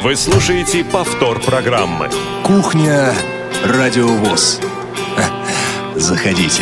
Вы слушаете повтор программы. Кухня Радиовоз. Заходите.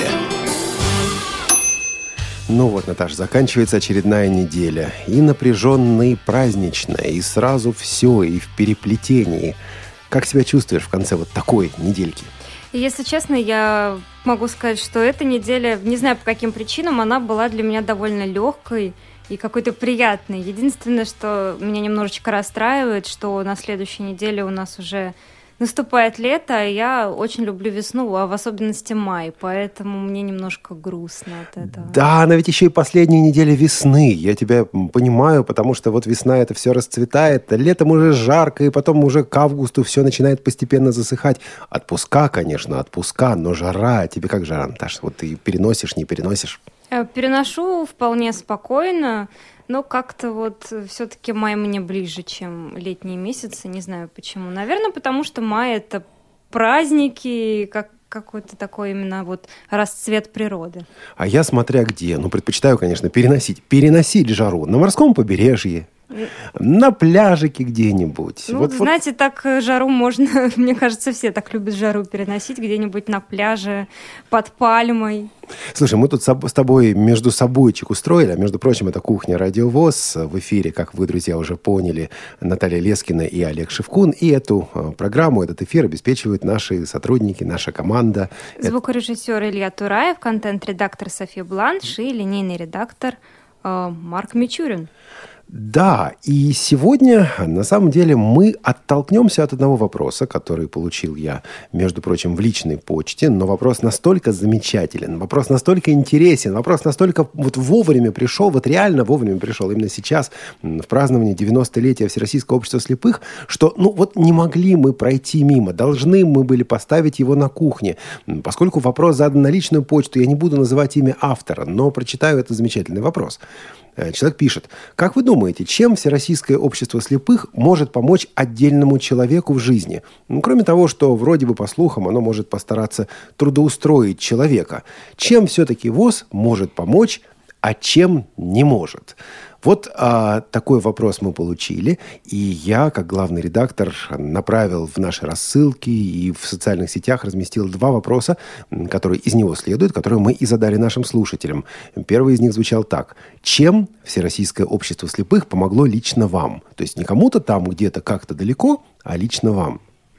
Ну вот, Наташа, заканчивается очередная неделя. И напряженная, и праздничная, и сразу все, и в переплетении. Как себя чувствуешь в конце вот такой недельки? Если честно, я могу сказать, что эта неделя, не знаю по каким причинам, она была для меня довольно легкой и какой-то приятной. Единственное, что меня немножечко расстраивает, что на следующей неделе у нас уже наступает лето, а я очень люблю весну, а в особенности май, поэтому мне немножко грустно от этого. Да, но ведь еще и последняя неделя весны. Я тебя понимаю, потому что вот весна это все расцветает, летом уже жарко, и потом уже к августу все начинает постепенно засыхать. Отпуска, конечно, отпуска, но жара. Тебе как жара, Наташа? Вот ты переносишь, не переносишь? Переношу вполне спокойно, но как-то вот все-таки май мне ближе, чем летние месяцы. Не знаю почему. Наверное, потому что май – это праздники, как какой-то такой именно вот расцвет природы. А я смотря где. Предпочитаю, конечно, переносить жару на морском побережье, на пляжике где-нибудь. Знаете, так жару можно, мне кажется, все так любят жару переносить где-нибудь на пляже, под пальмой. Слушай, мы тут с тобой между собойчик устроили, а между прочим, это «Кухня Радиовоз». В эфире, как вы, друзья, уже поняли, Наталья Лескина и Олег Шевкун. И эту программу, этот эфир обеспечивают наши сотрудники, наша команда. Звукорежиссер Илья Тураев, контент-редактор София Бланш и линейный редактор Марк Мичурин. Да, и сегодня, на самом деле, мы оттолкнемся от одного вопроса, который получил я, между прочим, в личной почте, но вопрос настолько замечателен, вопрос настолько интересен, вопрос настолько вот вовремя пришел, вот реально вовремя пришел, именно сейчас, в праздновании 90-летия Всероссийского общества слепых, что, не могли мы пройти мимо, должны мы были поставить его на кухне. Поскольку вопрос задан на личную почту, я не буду называть имя автора, но прочитаю этот замечательный вопрос. Человек пишет: как вы думаете, чем Всероссийское общество слепых может помочь отдельному человеку в жизни? Кроме того, что вроде бы по слухам оно может постараться трудоустроить человека. Чем все-таки ВОС может помочь, а чем не может? Вот такой вопрос мы получили, и я, как главный редактор, направил в наши рассылки и в социальных сетях разместил два вопроса, которые из него следуют, которые мы и задали нашим слушателям. Первый из них звучал так: чем Всероссийское общество слепых помогло лично вам? То есть не кому-то там где-то как-то далеко, а лично вам.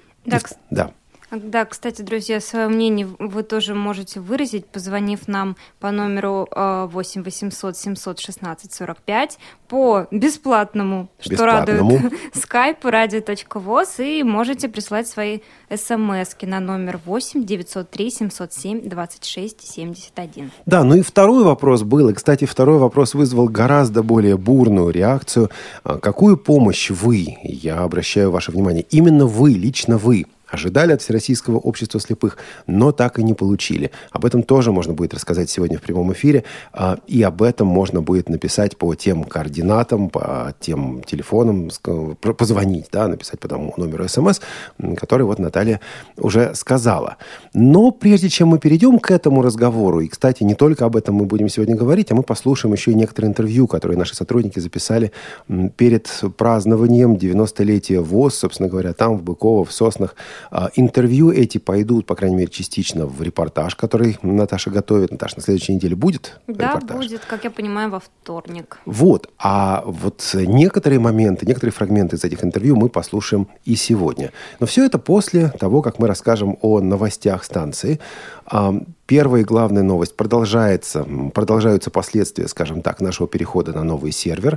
Да. Да, кстати, друзья, свое мнение вы тоже можете выразить, позвонив нам по номеру 8 800 716 45 по бесплатному, что радует, скайпу radio.voz, и можете прислать свои смски на номер 8 903 707 26 71. Да, и второй вопрос был, и, кстати, второй вопрос вызвал гораздо более бурную реакцию. Какую помощь вы, я обращаю ваше внимание, именно вы, лично вы, ожидали от Всероссийского общества слепых, но так и не получили. Об этом тоже можно будет рассказать сегодня в прямом эфире, и об этом можно будет написать по тем координатам, по тем телефонам, позвонить, написать по тому номеру СМС, который вот Наталья уже сказала. Но прежде чем мы перейдем к этому разговору, и, кстати, не только об этом мы будем сегодня говорить, а мы послушаем еще и некоторые интервью, которые наши сотрудники записали перед празднованием 90-летия ВОС, собственно говоря, там, в Быково, в Соснах. Интервью эти пойдут, по крайней мере, частично в репортаж, который Наташа готовит. Наташа, на следующей неделе будет репортаж? Да, будет, как я понимаю, во вторник. А вот некоторые моменты, некоторые фрагменты из этих интервью мы послушаем и сегодня. Но все это после того, как мы расскажем о новостях станции. Первая и главная новость. Продолжаются последствия, скажем так, нашего перехода на новый сервер.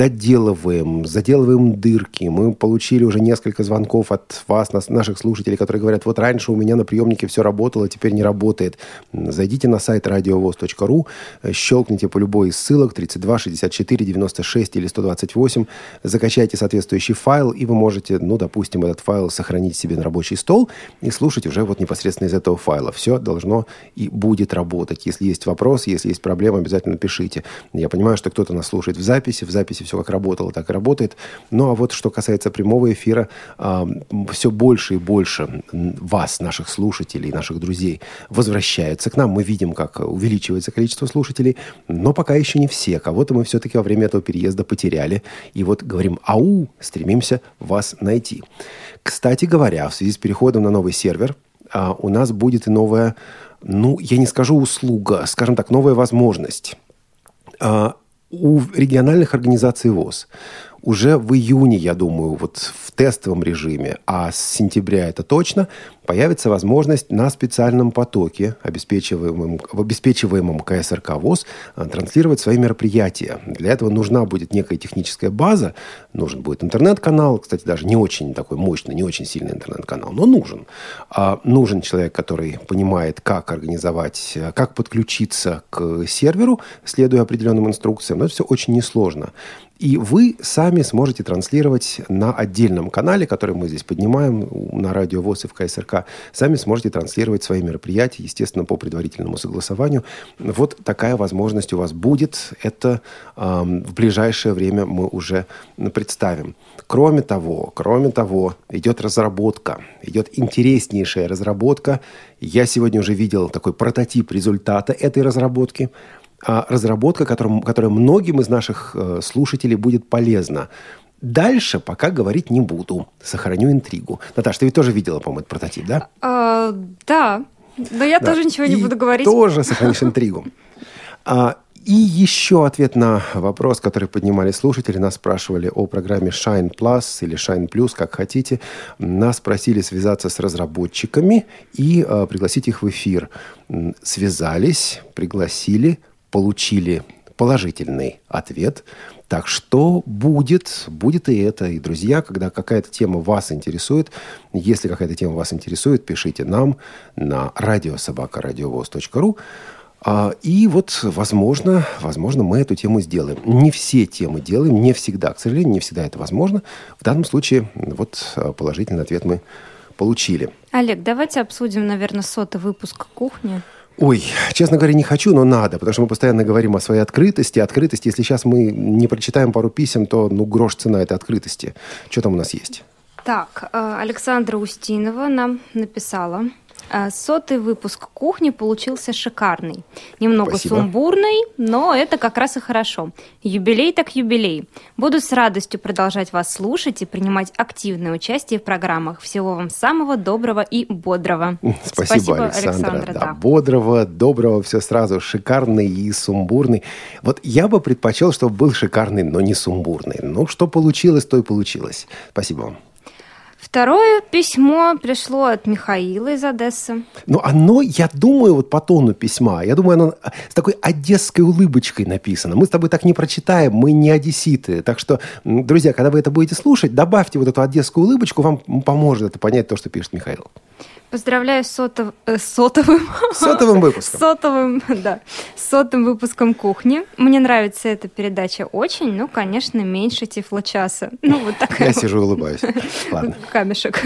Заделываем дырки. Мы получили уже несколько звонков от вас, наших слушателей, которые говорят: вот раньше у меня на приемнике все работало, теперь не работает. Зайдите на сайт radiovoz.ru, щелкните по любой из ссылок 32, 64, 96 или 128, закачайте соответствующий файл, и вы можете, допустим, этот файл сохранить себе на рабочий стол и слушать уже вот непосредственно из этого файла. Все должно и будет работать. Если есть вопрос, если есть проблема, обязательно пишите. Я понимаю, что кто-то нас слушает в записи все как работало, так и работает. Ну, а вот что касается прямого эфира, все больше и больше вас, наших слушателей, наших друзей, возвращаются к нам. Мы видим, как увеличивается количество слушателей, но пока еще не все. Кого-то мы все-таки во время этого переезда потеряли. И вот говорим «ау», стремимся вас найти. Кстати говоря, в связи с переходом на новый сервер, у нас будет и новая, я не скажу услуга, скажем так, новая возможность. У региональных организаций ВОС уже в июне, я думаю, вот в тестовом режиме, а с сентября это точно, появится возможность на специальном потоке, обеспечиваемом КСРК ВОС, транслировать свои мероприятия. Для этого нужна будет некая техническая база, нужен будет интернет-канал, кстати, даже не очень такой мощный, не очень сильный интернет-канал, но нужен. Нужен человек, который понимает, как организовать, как подключиться к серверу, следуя определенным инструкциям, но это все очень несложно. И вы сами сможете транслировать на отдельном канале, который мы здесь поднимаем, на радио ВОС и в КСРК, сами сможете транслировать свои мероприятия, естественно, по предварительному согласованию. Вот такая возможность у вас будет. Это в ближайшее время мы уже представим. Кроме того, идет разработка, идет интереснейшая разработка. Я сегодня уже видел такой прототип результата этой разработки. Разработка, которая многим из наших слушателей будет полезна. Дальше пока говорить не буду. Сохраню интригу. Наташа, ты ведь тоже видела, по-моему, этот прототип, да? Да. Но я тоже ничего не буду говорить. Тоже сохранишь интригу. И еще ответ на вопрос, который поднимали слушатели. Нас спрашивали о программе Shine Plus или Shine Plus, как хотите. Нас просили связаться с разработчиками и пригласить их в эфир. Связались, пригласили, получили положительный ответ. Так что будет и это. И, друзья, когда какая-то тема вас интересует, если какая-то тема вас интересует, пишите нам на radio@radiovoz.ru. И вот, возможно, мы эту тему сделаем. Не все темы делаем, не всегда. К сожалению, не всегда это возможно. В данном случае вот положительный ответ мы получили. Олег, давайте обсудим, наверное, 100-й выпуск «Кухни». Ой, честно говоря, не хочу, но надо, потому что мы постоянно говорим о своей открытости. Если сейчас мы не прочитаем пару писем, то грош цена этой открытости. Что там у нас есть? Так, Александра Устинова нам написала. 100-й выпуск «Кухни» получился шикарный. Немного сумбурный, но это как раз и хорошо. Юбилей так юбилей. Буду с радостью продолжать вас слушать и принимать активное участие в программах. Всего вам самого доброго и бодрого. Спасибо, Александра. Да. Бодрого, доброго, все сразу. Шикарный и сумбурный. Вот я бы предпочел, чтобы был шикарный, но не сумбурный. Что получилось, то и получилось. Спасибо вам. Второе письмо пришло от Михаила из Одессы. Оно, я думаю, по тону письма, оно с такой одесской улыбочкой написано. Мы с тобой так не прочитаем, мы не одесситы. Так что, друзья, когда вы это будете слушать, добавьте вот эту одесскую улыбочку, вам поможет это понять то, что пишет Михаил. Поздравляю с сотовым выпуском. 100-м выпуском «Кухни». Мне нравится эта передача очень, конечно, меньше тифлочаса. Вот такая. Я сижу и улыбаюсь. Ладно. Камешек.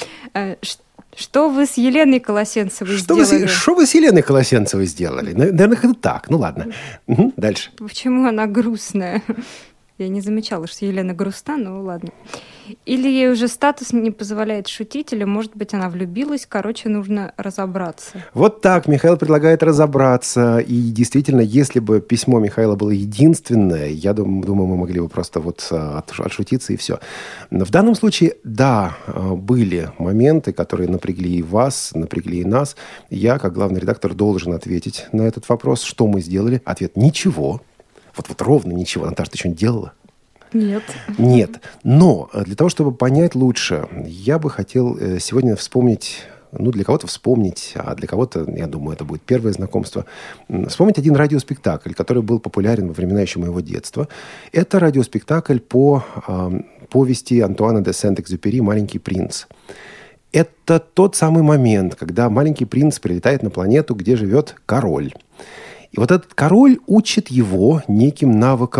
Что вы с Еленой Колосенцевой сделали? Что вы с Еленой Колосенцевой сделали? Наверное, это так. Ладно. Дальше. Почему она грустная? Я не замечала, что Елена грустна, ладно. Или ей уже статус не позволяет шутить, или, может быть, она влюбилась. Нужно разобраться. Вот так Михаил предлагает разобраться. И действительно, если бы письмо Михаила было единственное, я думаю, мы могли бы просто отшутиться и все. Но в данном случае, да, были моменты, которые напрягли и вас, напрягли и нас. Я, как главный редактор, должен ответить на этот вопрос. Что мы сделали? Ответ – ничего. Вот ровно ничего. Наташа, ты что-нибудь делала? Нет. Но для того, чтобы понять лучше, я бы хотел сегодня вспомнить, для кого-то вспомнить, а для кого-то, я думаю, это будет первое знакомство, вспомнить один радиоспектакль, который был популярен во времена еще моего детства. Это радиоспектакль по повести Антуана де Сент-Экзюпери «Маленький принц». Это тот самый момент, когда маленький принц прилетает на планету, где живет король. И вот этот король учит его неким навыкам,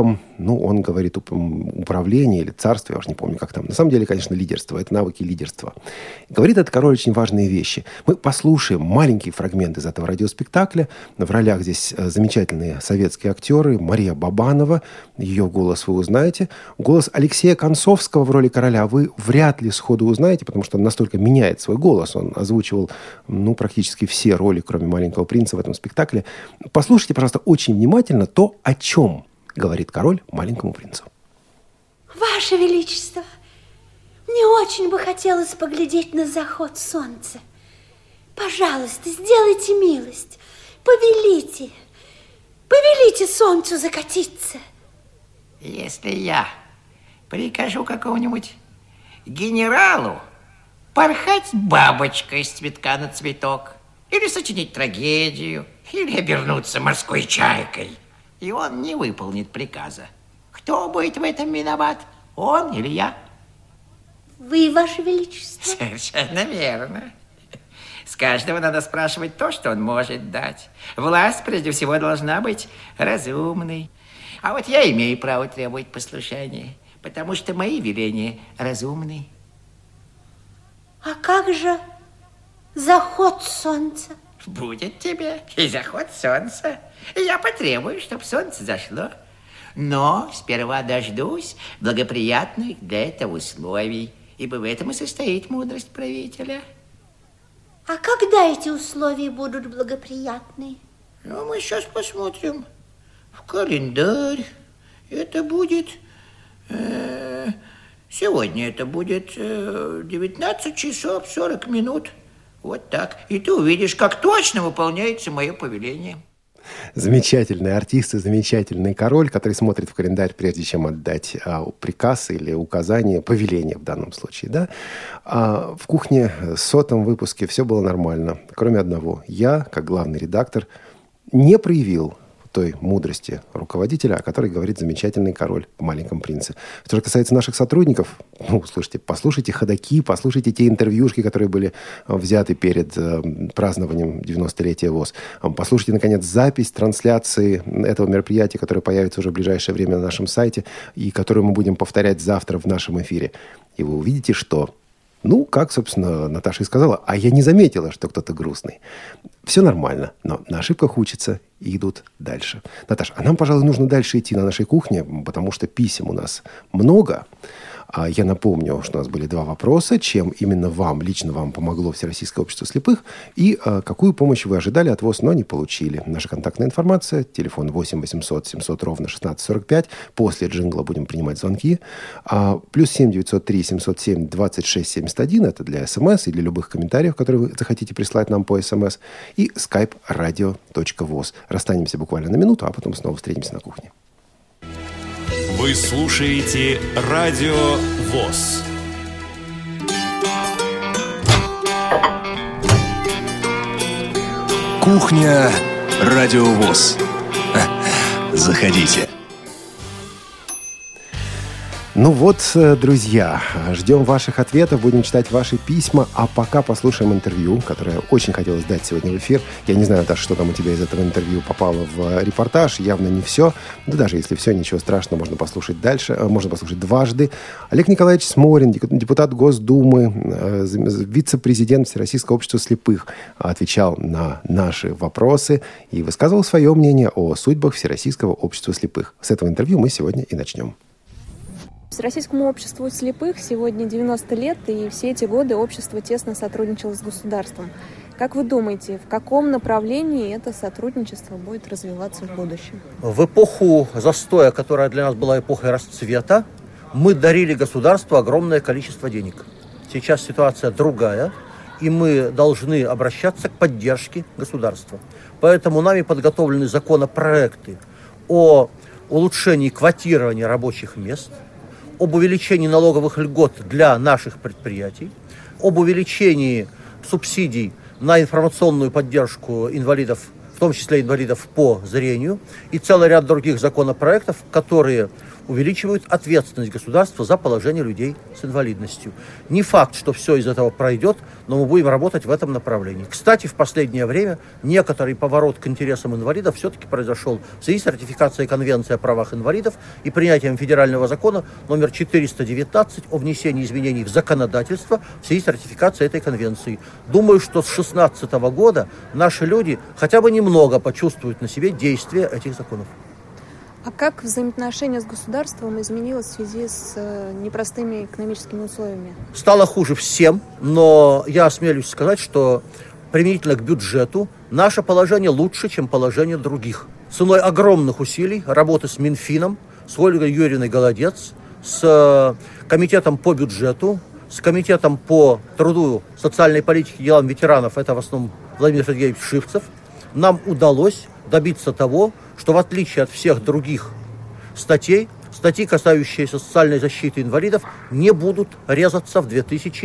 он говорит управление или царство, я уже не помню, как там. На самом деле, конечно, лидерство. Это навыки лидерства. Говорит этот король очень важные вещи. Мы послушаем маленький фрагмент из этого радиоспектакля. В ролях здесь замечательные советские актеры. Мария Бабанова, ее голос вы узнаете. Голос Алексея Концовского в роли короля вы вряд ли сходу узнаете, потому что он настолько меняет свой голос. Он озвучивал, практически все роли, кроме «Маленького принца» в этом спектакле. Послушайте, пожалуйста, очень внимательно то, о чем говорит король маленькому принцу. Ваше Величество, мне очень бы хотелось поглядеть на заход солнца. Пожалуйста, сделайте милость. Повелите солнцу закатиться. Если я прикажу какому-нибудь генералу порхать бабочкой с цветка на цветок, или сочинить трагедию, или обернуться морской чайкой, и он не выполнит приказа, кто будет в этом виноват, он или я? Вы, Ваше Величество. Совершенно верно. С каждого надо спрашивать то, что он может дать. Власть, прежде всего, должна быть разумной. А вот я имею право требовать послушания, потому что мои веления разумны. А как же заход солнца? Будет тебе и заход солнца. Я потребую, чтобы солнце зашло. Но сперва дождусь благоприятных для этого условий, ибо в этом и состоит мудрость правителя. А когда эти условия будут благоприятны? Мы сейчас посмотрим в календарь. Это будет... Сегодня это будет 19 часов 40 минут. Вот так. И ты увидишь, как точно выполняется мое повеление. Замечательный артист и замечательный король, который смотрит в календарь, прежде чем отдать приказ или указание, повеление в данном случае. Да? В кухне 100-м выпуске все было нормально, кроме одного. Я, как главный редактор, не проявил той мудрости руководителя, о которой говорит замечательный король в «Маленьком принце». Что же касается наших сотрудников, слушайте, послушайте ходоки, послушайте те интервьюшки, которые были взяты перед празднованием 90-летия ВОС. Послушайте, наконец, запись трансляции этого мероприятия, которое появится уже в ближайшее время на нашем сайте и которую мы будем повторять завтра в нашем эфире. И вы увидите, что... как, собственно, Наташа и сказала, а я не заметила, что кто-то грустный. Все нормально, но на ошибках учатся и идут дальше. Наташа, а нам, пожалуй, нужно дальше идти на нашей кухне, потому что писем у нас много. Я напомню, что у нас были 2 вопроса. Чем именно лично вам помогло Всероссийское общество слепых? И какую помощь вы ожидали от ВОС, но не получили? Наша контактная информация. Телефон 8 800 700 ровно 1645. После джингла будем принимать звонки. Плюс 7 903 707 26 71. Это для СМС и для любых комментариев, которые вы захотите прислать нам по СМС. И skype radio.voz. Расстанемся буквально на минуту, а потом снова встретимся на кухне. Вы слушаете Радио ВОС. Кухня Радио ВОС. Заходите. Друзья, ждем ваших ответов, будем читать ваши письма, а пока послушаем интервью, которое очень хотелось дать сегодня в эфир. Я не знаю, Наташа, что там у тебя из этого интервью попало в репортаж, явно не все. Да даже если все, ничего страшного, можно послушать дальше, можно послушать дважды. Олег Николаевич Сморин, депутат Госдумы, вице-президент Всероссийского общества слепых, отвечал на наши вопросы и высказывал свое мнение о судьбах Всероссийского общества слепых. С этого интервью мы сегодня и начнем. Всероссийскому обществу слепых сегодня 90 лет, и все эти годы общество тесно сотрудничало с государством. Как вы думаете, в каком направлении это сотрудничество будет развиваться в будущем? В эпоху застоя, которая для нас была эпохой расцвета, мы дарили государству огромное количество денег. Сейчас ситуация другая, и мы должны обращаться к поддержке государства. Поэтому нами подготовлены законопроекты о улучшении квотирования рабочих мест, об увеличении налоговых льгот для наших предприятий, об увеличении субсидий на информационную поддержку инвалидов, в том числе инвалидов по зрению, и целый ряд других законопроектов, которые увеличивают ответственность государства за положение людей с инвалидностью. Не факт, что все из этого пройдет, но мы будем работать в этом направлении. Кстати, в последнее время некоторый поворот к интересам инвалидов все-таки произошел в связи с ратификацией Конвенции о правах инвалидов и принятием федерального закона номер 419 о внесении изменений в законодательство в связи с ратификацией этой конвенции. Думаю, что с 2016 года наши люди хотя бы немного почувствуют на себе действие этих законов. А как взаимоотношения с государством изменилось в связи с непростыми экономическими условиями? Стало хуже всем, но я осмелюсь сказать, что применительно к бюджету наше положение лучше, чем положение других. Ценой огромных усилий работы с Минфином, с Ольгой Юрьевной Голодец, с комитетом по бюджету, с комитетом по труду, социальной политике и делам ветеранов, это в основном Владимир Сергеевич Шивцев, нам удалось добиться того, что в отличие от всех других статьи, касающиеся социальной защиты инвалидов, не будут резаться в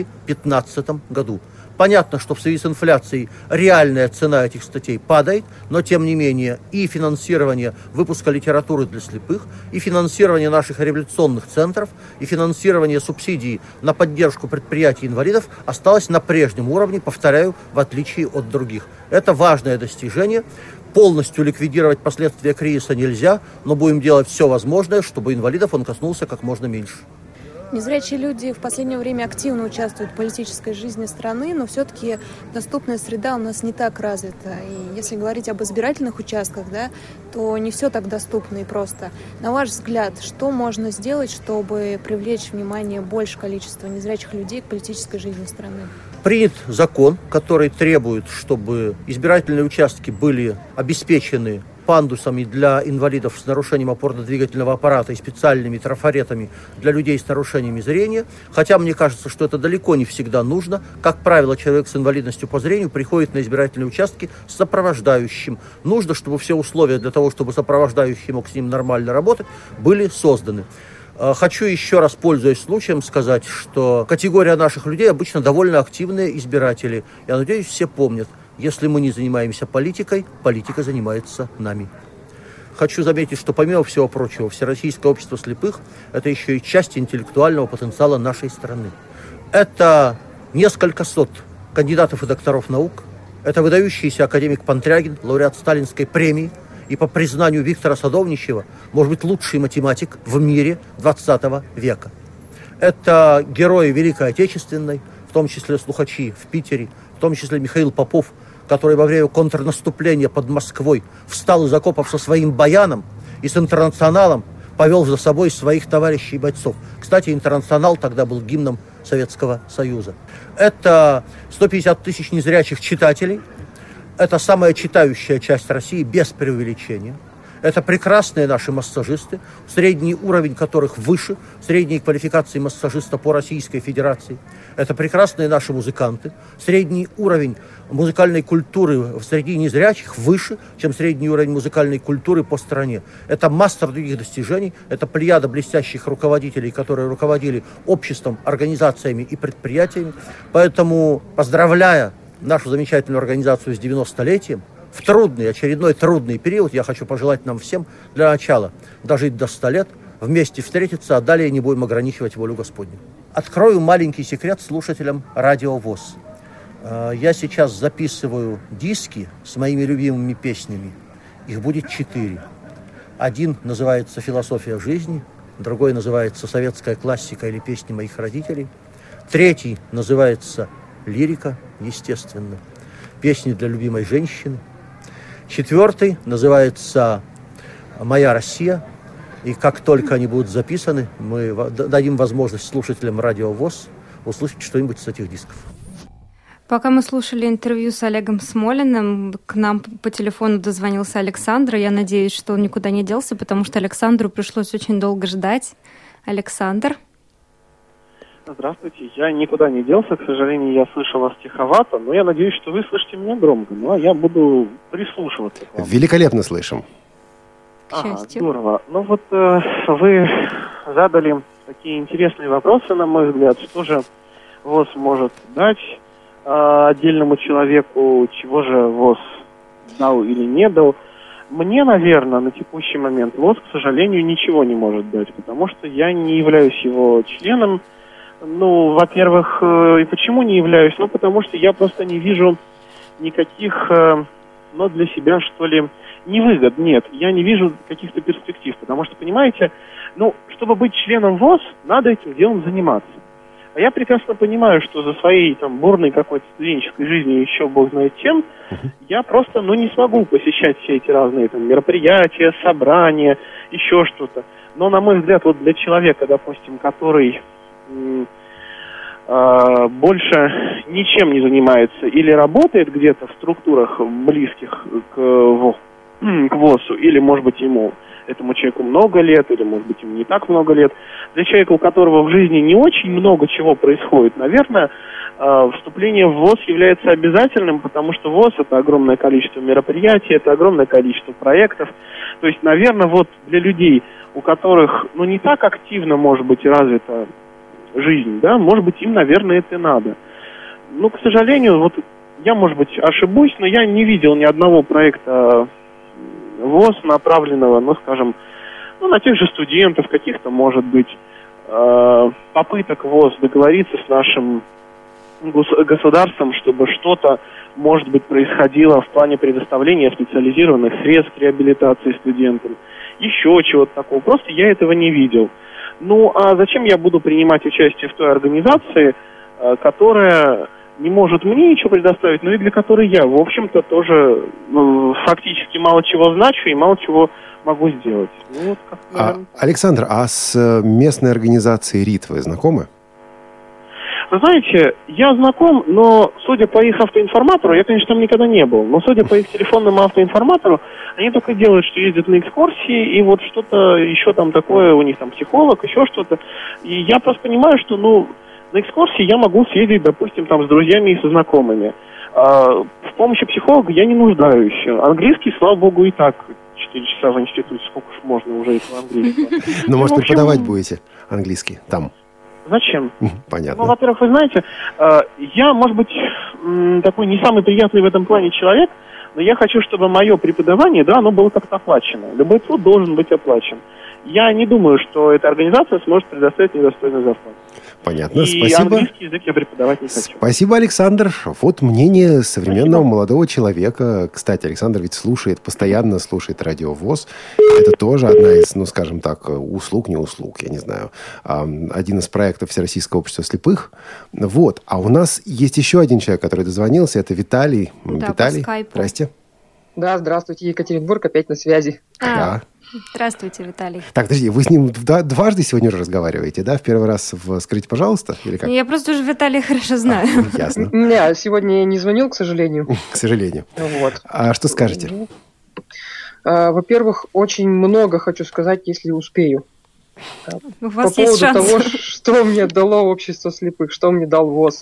2015 году. Понятно, что в связи с инфляцией реальная цена этих статей падает, но тем не менее и финансирование выпуска литературы для слепых, и финансирование наших реабилитационных центров, и финансирование субсидий на поддержку предприятий инвалидов осталось на прежнем уровне, повторяю, в отличие от других. Это важное достижение. Полностью ликвидировать последствия кризиса нельзя, но будем делать все возможное, чтобы инвалидов он коснулся как можно меньше. Незрячие люди в последнее время активно участвуют в политической жизни страны, но все-таки доступная среда у нас не так развита. И если говорить об избирательных участках, да, то не все так доступно и просто. На ваш взгляд, что можно сделать, чтобы привлечь внимание большего количества незрячих людей к политической жизни страны? Принят закон, который требует, чтобы избирательные участки были обеспечены пандусами для инвалидов с нарушением опорно-двигательного аппарата и специальными трафаретами для людей с нарушениями зрения. Хотя мне кажется, что это далеко не всегда нужно. Как правило, человек с инвалидностью по зрению приходит на избирательные участки с сопровождающим. Нужно, чтобы все условия для того, чтобы сопровождающий мог с ним нормально работать, были созданы. Хочу еще раз, пользуясь случаем, сказать, что категория наших людей обычно довольно активные избиратели. Я надеюсь, все помнят. Если мы не занимаемся политикой, политика занимается нами. Хочу заметить, что помимо всего прочего, Всероссийское общество слепых – это еще и часть интеллектуального потенциала нашей страны. Это несколько сот кандидатов и докторов наук. Это выдающийся академик Пантрягин, лауреат Сталинской премии, и по признанию Виктора Садовничева, может быть, лучший математик в мире 20 века. Это герои Великой Отечественной, в том числе слухачи в Питере, в том числе Михаил Попов, который во время контрнаступления под Москвой встал из окопов со своим баяном и с интернационалом повел за собой своих товарищей и бойцов. Кстати, интернационал тогда был гимном Советского Союза. Это 150 тысяч незрячих читателей. Это самая читающая часть России без преувеличения. Это прекрасные наши массажисты, средний уровень которых выше средней квалификации массажиста по Российской Федерации. Это прекрасные наши музыканты. Средний уровень музыкальной культуры среди незрячих выше, чем средний уровень музыкальной культуры по стране. Это масса других достижений. Это плеяда блестящих руководителей, которые руководили обществом, организациями и предприятиями. Поэтому, поздравляя нашу замечательную организацию с 90-летием, в трудный, очередной трудный период я хочу пожелать нам всем для начала дожить до 100 лет, вместе встретиться, а далее не будем ограничивать волю Господню. Открою маленький секрет слушателям Радио ВОС. Я сейчас записываю диски с моими любимыми песнями. Их будет 4. Один называется «Философия жизни», другой называется «Советская классика» или «Песни моих родителей», третий называется «Лирика», естественно, «Песни для любимой женщины», четвертый называется «Моя Россия». И как только они будут записаны, мы дадим возможность слушателям Радио ВОС услышать что-нибудь с этих дисков. Пока мы слушали интервью с Олегом Смолиным, к нам по телефону дозвонился Александр. Я надеюсь, что он никуда не делся, потому что Александру пришлось очень долго ждать. Александр. Здравствуйте, я никуда не делся, к сожалению, я слышу вас тиховато, но я надеюсь, что вы слышите меня громко, ну а я буду прислушиваться к вам. Великолепно слышим. Ага, здорово. Ну вот вы задали такие интересные вопросы, на мой взгляд, что же ВОС может дать отдельному человеку, чего же ВОС дал или не дал. Мне, наверное, на текущий момент ВОС, к сожалению, ничего не может дать, потому что я не являюсь его членом. Ну, во-первых, и почему не являюсь? Ну, потому что я просто не вижу никаких, ну, для себя, что ли, невыгод. Нет, я не вижу каких-то перспектив, потому что, понимаете, ну, чтобы быть членом ВОС, надо этим делом заниматься. А я прекрасно понимаю, что за своей там бурной какой-то студенческой жизнью еще бог знает чем, я просто, ну, не смогу посещать все эти разные там мероприятия, собрания, еще что-то. Но, на мой взгляд, вот для человека, допустим, который больше ничем не занимается или работает где-то в структурах близких к ВОСу, или, может быть, этому человеку много лет, или, может быть, ему не так много лет. Для человека, у которого в жизни не очень много чего происходит, наверное, вступление в ВОС является обязательным, потому что ВОС – это огромное количество мероприятий, это огромное количество проектов. То есть, наверное, вот для людей, у которых, ну, не так активно, может быть, развита жизнь, да, может быть, им, наверное, это и надо. Ну, к сожалению, вот я, может быть, ошибусь, но я не видел ни одного проекта ВОС, направленного, ну, скажем, ну, на тех же студентов, каких-то, может быть, попыток ВОС договориться с нашим государством, чтобы что-то, может быть, происходило в плане предоставления специализированных средств реабилитации студентам, еще чего-то такого. Просто я этого не видел. Ну, а зачем я буду принимать участие в той организации, которая не может мне ничего предоставить, но и для которой я, в общем-то, тоже фактически мало чего значу и мало чего могу сделать. Ну, вот как, Александр, а с местной организацией РИТ вы знакомы? Вы знаете, я знаком, но судя по их автоинформатору, я, конечно, там никогда не был, но судя по их телефонному автоинформатору, они только делают, что ездят на экскурсии, и вот что-то еще там такое, у них там психолог, еще что-то. И я просто понимаю, что, ну, на экскурсии я могу съездить, допустим, там с друзьями и со знакомыми. В помощи психолога я не нуждаюсь. Английский, слава богу, и так 4 часа в институте, сколько ж можно уже этого английского. Ну, может, преподавать будете английский там? Зачем? Понятно. Ну, во-первых, вы знаете, я, может быть, такой не самый приятный в этом плане человек, но я хочу, чтобы мое преподавание, да, оно было как-то оплачено. Любой труд должен быть оплачен. Я не думаю, что эта организация сможет предоставить мне достойную зарплату. Понятно, и спасибо. Английский язык я преподавать не хочу. Спасибо, Александр. Вот мнение современного молодого человека. Кстати, Александр ведь постоянно слушает Радио ВОС. Это тоже одна из, ну, скажем так, услуг, не услуг, я не знаю. Один из проектов Всероссийского общества слепых. Вот. А у нас есть еще один человек, который дозвонился. Это Виталий. Да, Виталий, по скайпу. здрасте. Да, здравствуйте, Екатеринбург, опять на связи. Да. Здравствуйте, Виталий. Так, подожди, вы с ним дважды сегодня уже разговариваете, да? В первый раз в «Скажите, пожалуйста», или как? Я просто уже Виталия хорошо знаю. Ясно. Не, сегодня я не звонил, к сожалению. К сожалению. Вот. А что скажете? Во-первых, очень много хочу сказать, если успею. У вас по есть поводу шанс. того, что мне дало общество слепых, что мне дал ВОС.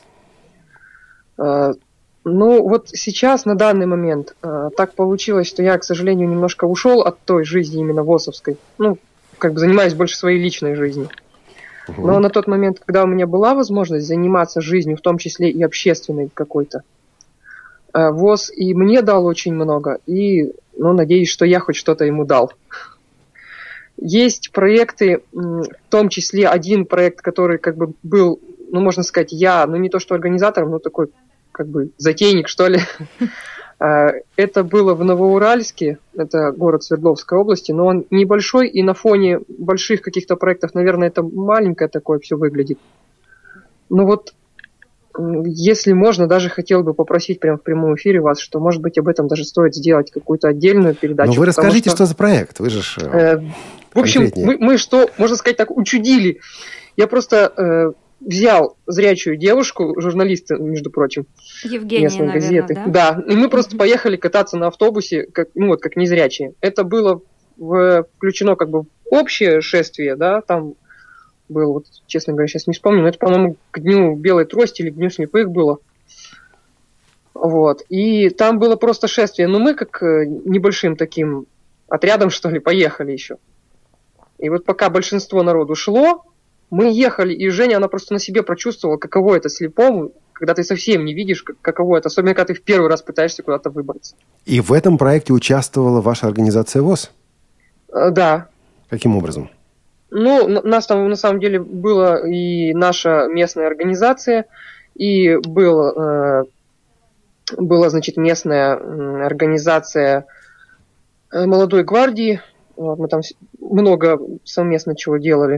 Ну, вот сейчас, на данный момент, так получилось, что я, к сожалению, немножко ушел от той жизни именно ВОСовской. Ну, как бы занимаюсь больше своей личной жизнью. Но на тот момент, когда у меня была возможность заниматься жизнью, в том числе и общественной какой-то, ВОС и мне дал очень много, и, ну, надеюсь, что я хоть что-то ему дал. Есть проекты, в том числе один проект, который как бы был, ну, можно сказать, ну, не то что организатором, но такой, как бы, затейник, что ли. Это было в Новоуральске, это город Свердловской области, но он небольшой, и на фоне больших каких-то проектов, наверное, это маленькое такое все выглядит. Ну вот, если можно, даже хотел бы попросить прямо в прямом эфире вас, что, может быть, об этом даже стоит сделать какую-то отдельную передачу. Ну вы расскажите, что за проект, вы же в общем, мы что, можно сказать так, учудили. Я просто взял зрячую девушку, журналиста, между прочим, Евгения, местной наверное, газеты. да? Да, и мы просто поехали кататься на автобусе, как незрячие. Это было включено как бы в общее шествие, да, там было, вот, честно говоря, сейчас не вспомню, но это, по-моему, к Дню Белой Трости или к Дню Слепых было. Вот, и там было просто шествие, но мы как небольшим таким отрядом, что ли, поехали еще. И вот пока большинство народу шло, мы ехали, и Женя, она просто на себе прочувствовала, каково это слепому когда ты совсем не видишь, каково это, особенно когда ты в первый раз пытаешься куда-то выбраться. И в этом проекте участвовала ваша организация ВОС? Да. Каким образом? Ну, нас там на самом деле была и наша местная организация, и была, значит, местная организация молодой гвардии. Вот, мы там много совместно чего делали.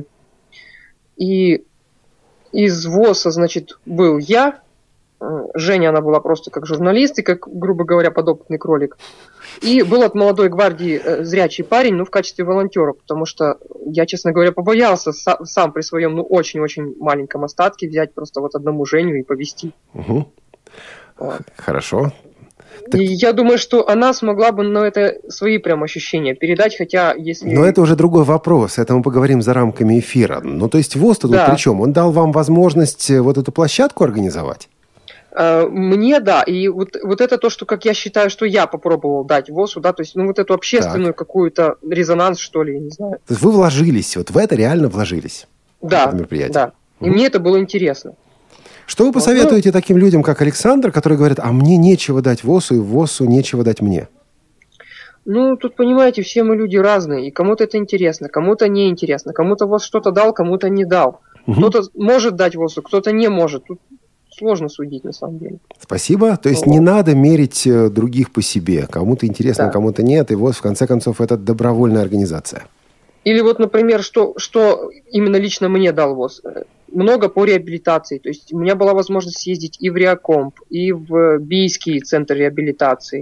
И из ВОСа, значит, был я. Женя, она была просто как журналист и как, грубо говоря, подопытный кролик. И был от молодой гвардии зрячий парень, ну, в качестве волонтера, потому что я, честно говоря, побоялся сам при своем, ну, очень-очень маленьком остатке взять просто вот одному Женю и повезти. Угу. Вот. Хорошо. И я думаю, что она смогла бы, ну, это свои прям ощущения передать, хотя если... Но это уже другой вопрос, это мы поговорим за рамками эфира. Ну, то есть ВОС тут да. При чем? Он дал вам возможность вот эту площадку организовать? Мне, да, и вот это то, что, как я считаю, что я попробовал дать ВОСу, да, то есть, ну, вот эту общественную какую-то резонанс, что ли, я не знаю. То есть вы вложились, вот в это реально вложились? Да, да, и мне это было интересно. Что вы посоветуете таким людям, как Александр, которые говорят, а мне нечего дать ВОСу, и ВОСу нечего дать мне? Ну, тут, понимаете, все мы люди разные, и кому-то это интересно, кому-то не интересно, кому-то ВОС что-то дал, кому-то не дал. Кто-то может дать ВОСу, кто-то не может. Тут сложно судить, на самом деле. Спасибо. То есть не надо мерить других по себе. Кому-то интересно, да. Кому-то нет. И вот, в конце концов, это добровольная организация. Или вот, например, что именно лично мне дал ВОС. Много по реабилитации. То есть у меня была возможность съездить и в Реакомп, и в Бийский центр реабилитации.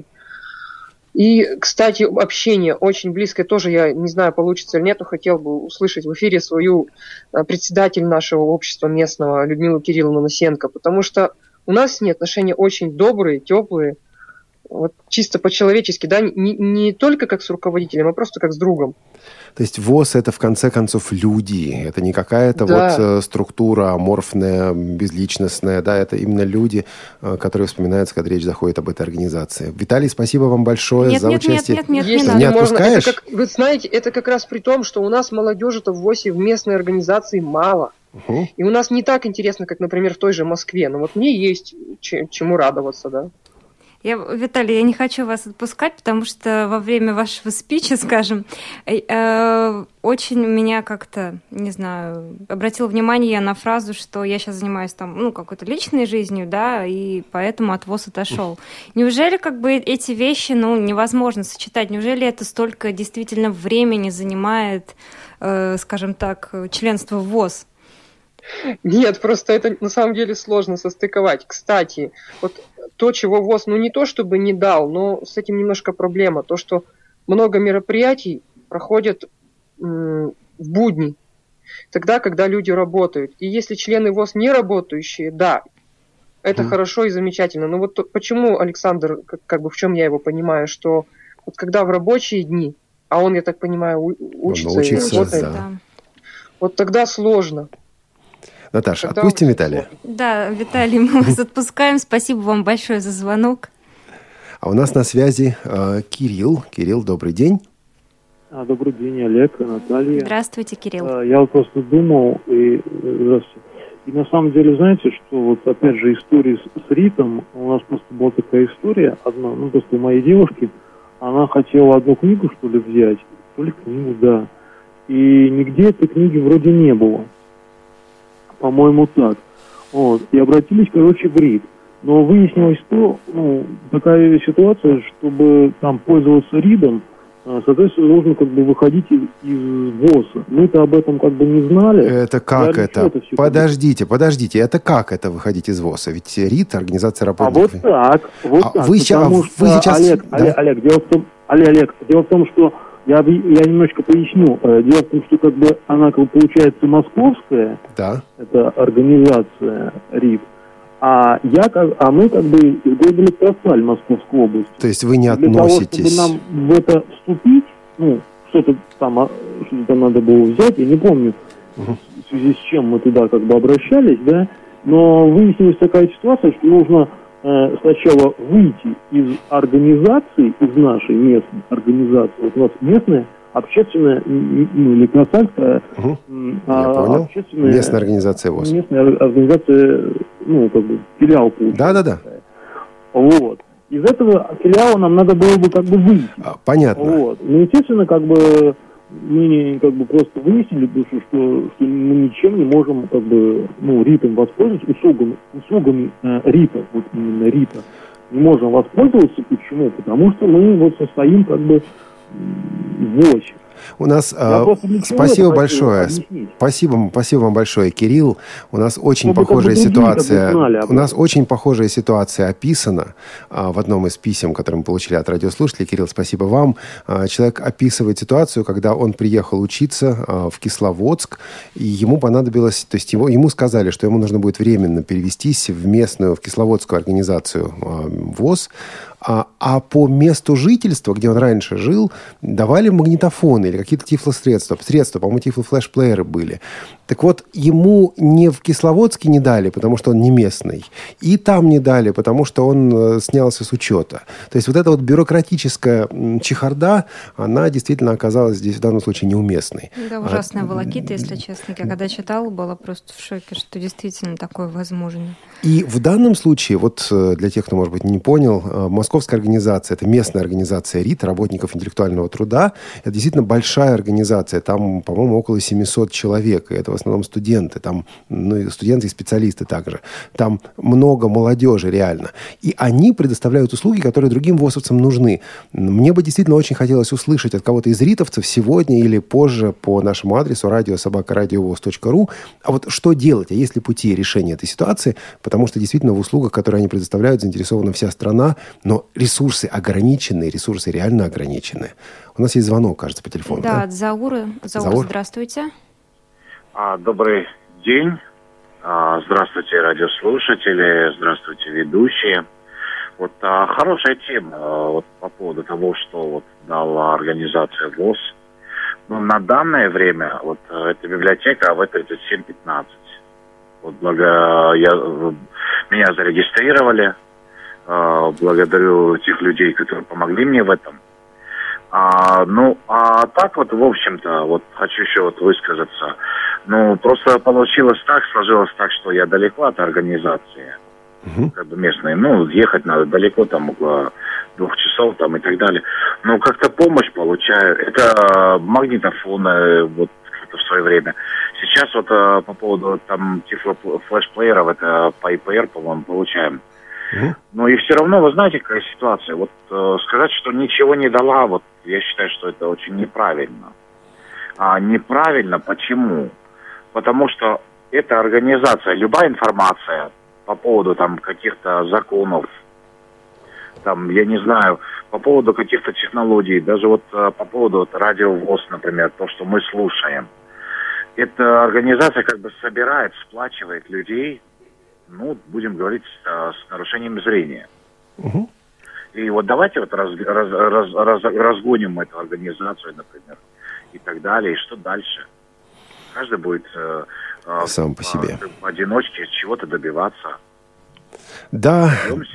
И, кстати, общение очень близкое тоже, я не знаю, получится или нет, но хотел бы услышать в эфире свою председатель нашего общества местного Людмилу Кирилловну Насенко, потому что у нас с ней отношения очень добрые, теплые, вот чисто по-человечески, да, не только как с руководителем, а просто как с другом. То есть ВОС – это, в конце концов, люди. Это не какая-то вот структура аморфная, безличностная. Да, это именно люди, которые вспоминаются, когда речь заходит об этой организации. Виталий, спасибо вам большое за участие. Нет, не отпускаешь? Это вы знаете, это как раз при том, что у нас молодежи-то в ВОСе в местной организации мало. И у нас не так интересно, как, например, в той же Москве. Но вот мне есть чему радоваться, да. Виталий, я не хочу вас отпускать, потому что во время вашего спича, скажем, очень меня как-то, не знаю, обратил внимание на фразу, что я сейчас занимаюсь там, ну, какой-то личной жизнью, да, и поэтому от ВОС отошел. Неужели как бы эти вещи, ну, невозможно сочетать? Неужели это столько действительно времени занимает, скажем так, членство в ВОС? Нет, просто это на самом деле сложно состыковать. Кстати, вот то, чего ВОС, ну не то чтобы не дал, но с этим немножко проблема. То, что много мероприятий проходят в будни, тогда, когда люди работают. И если члены ВОС не работающие, да, это хорошо и замечательно. Но вот почему, Александр, как бы в чем я его понимаю, что вот когда в рабочие дни, а он, я так понимаю, учится и работает, да. Вот тогда сложно. Наташа, отпустим Виталия? Да, Виталий, мы вас отпускаем. Спасибо вам большое за звонок. А у нас на связи Кирилл. Кирилл, добрый день. Добрый день, Олег, Наталья. Здравствуйте, Кирилл. Я вот просто думал, здравствуйте. И на самом деле, знаете, что вот опять же история с Ритом, у нас просто была такая история, одна, ну просто у моей девушки, она хотела одну книгу, что ли, взять, то ли книгу, да. И нигде этой книги вроде не было. По-моему, так. Вот. И обратились, короче, в РИД. Но выяснилось то, ну, такая ситуация, чтобы там пользоваться РИДом, соответственно, нужно как бы выходить из ВОСа. Мы-то об этом как бы не знали. Это как это? Подождите. Это как это выходить из ВОСа? Ведь РИД, организация работников... А вот так. Вы сейчас... Олег, дело в том, что я немножко поясню. Дело в том, что как бы она, как бы, получается, московская, да. Это организация РИД, а мы как бы из города Электросталь Московской области. То есть вы не относитесь... Для того, чтобы нам в это вступить, ну, что-то там надо было взять, я не помню, в связи с чем мы туда как бы обращались, да, но выяснилась такая ситуация, что нужно сначала выйти из организации, из нашей местной организации. Вот у нас местная, общественная, ну, Электростальская, общественная... Местная организация ВОС. Местная организация филиал получается. Да. Вот. Из этого филиала нам надо было бы выйти. Понятно. Вот. Ну, естественно, мы просто выяснили, что мы ничем не можем РИТом воспользоваться, услугами РИТа, вот именно РИТа. Не можем воспользоваться. Почему? Потому что мы состоим в ВОСе. У нас спасибо большое. Спасибо вам большое, Кирилл. У нас очень похожая ситуация. У нас очень похожая ситуация описана в одном из писем, которые мы получили от радиослушателей. Кирилл, спасибо вам. Человек описывает ситуацию, когда он приехал учиться в Кисловодск, и ему понадобилось, то есть ему сказали, что ему нужно будет временно перевестись в Кисловодскую организацию ВОС. А по месту жительства, где он раньше жил, давали магнитофоны или какие-то тифлосредства. По-моему, тифлофлеш-плееры были. Так вот, ему не в Кисловодске не дали, потому что он не местный. И там не дали, потому что он снялся с учета. То есть вот эта вот бюрократическая чехарда, она действительно оказалась здесь в данном случае неуместной. Да, ужасная волокита, если честно. Я когда читала, была просто в шоке, что действительно такое возможно. И в данном случае, вот для тех, кто, может быть, не понял, Московская организация, это местная организация РИТ, работников интеллектуального труда. Это действительно большая организация. Там, по-моему, около 700 человек. И это в основном студенты. Там, и студенты и специалисты также. Там много молодежи реально. И они предоставляют услуги, которые другим ВОСовцам нужны. Мне бы действительно очень хотелось услышать от кого-то из ритовцев сегодня или позже по нашему адресу radio@radiovos.ru. А вот что делать? А есть ли пути решения этой ситуации? Потому что действительно в услугах, которые они предоставляют, заинтересована вся страна, но ресурсы ограничены, ресурсы реально ограничены. У нас есть звонок, кажется, по телефону. Да, от Зауры. Заур, здравствуйте. Добрый день. Здравствуйте, радиослушатели. Здравствуйте, ведущие. Вот хорошая тема вот по поводу того, что вот дала организация ВОС. Ну, на данное время вот эта библиотека в 3715. Вот меня зарегистрировали. Благодарю тех людей, которые помогли мне в этом. Так вот, в общем-то, вот хочу еще вот высказаться. Просто сложилось так, что я далеко от организации, местной. Ехать надо далеко, там, около 2 часов, там, и так далее. Как-то помощь получаю. Это магнитофоны, вот, как-то в свое время. Сейчас вот по поводу, там, флеш-плееров, это по ИПР, по-моему, получаем. Но и все равно, вы знаете, какая ситуация. Вот сказать, что ничего не дала, вот я считаю, что это очень неправильно. Неправильно почему? Потому что эта организация, любая информация по поводу там каких-то законов, там, я не знаю, по поводу каких-то технологий, даже вот по поводу вот, радио ВОС, например, то, что мы слушаем. Эта организация как бы собирает, сплачивает людей, будем говорить, с нарушением зрения. И вот давайте вот разгоним эту организацию, например, и так далее. И что дальше? Каждый будет сам по себе поодиночке чего-то добиваться. Да,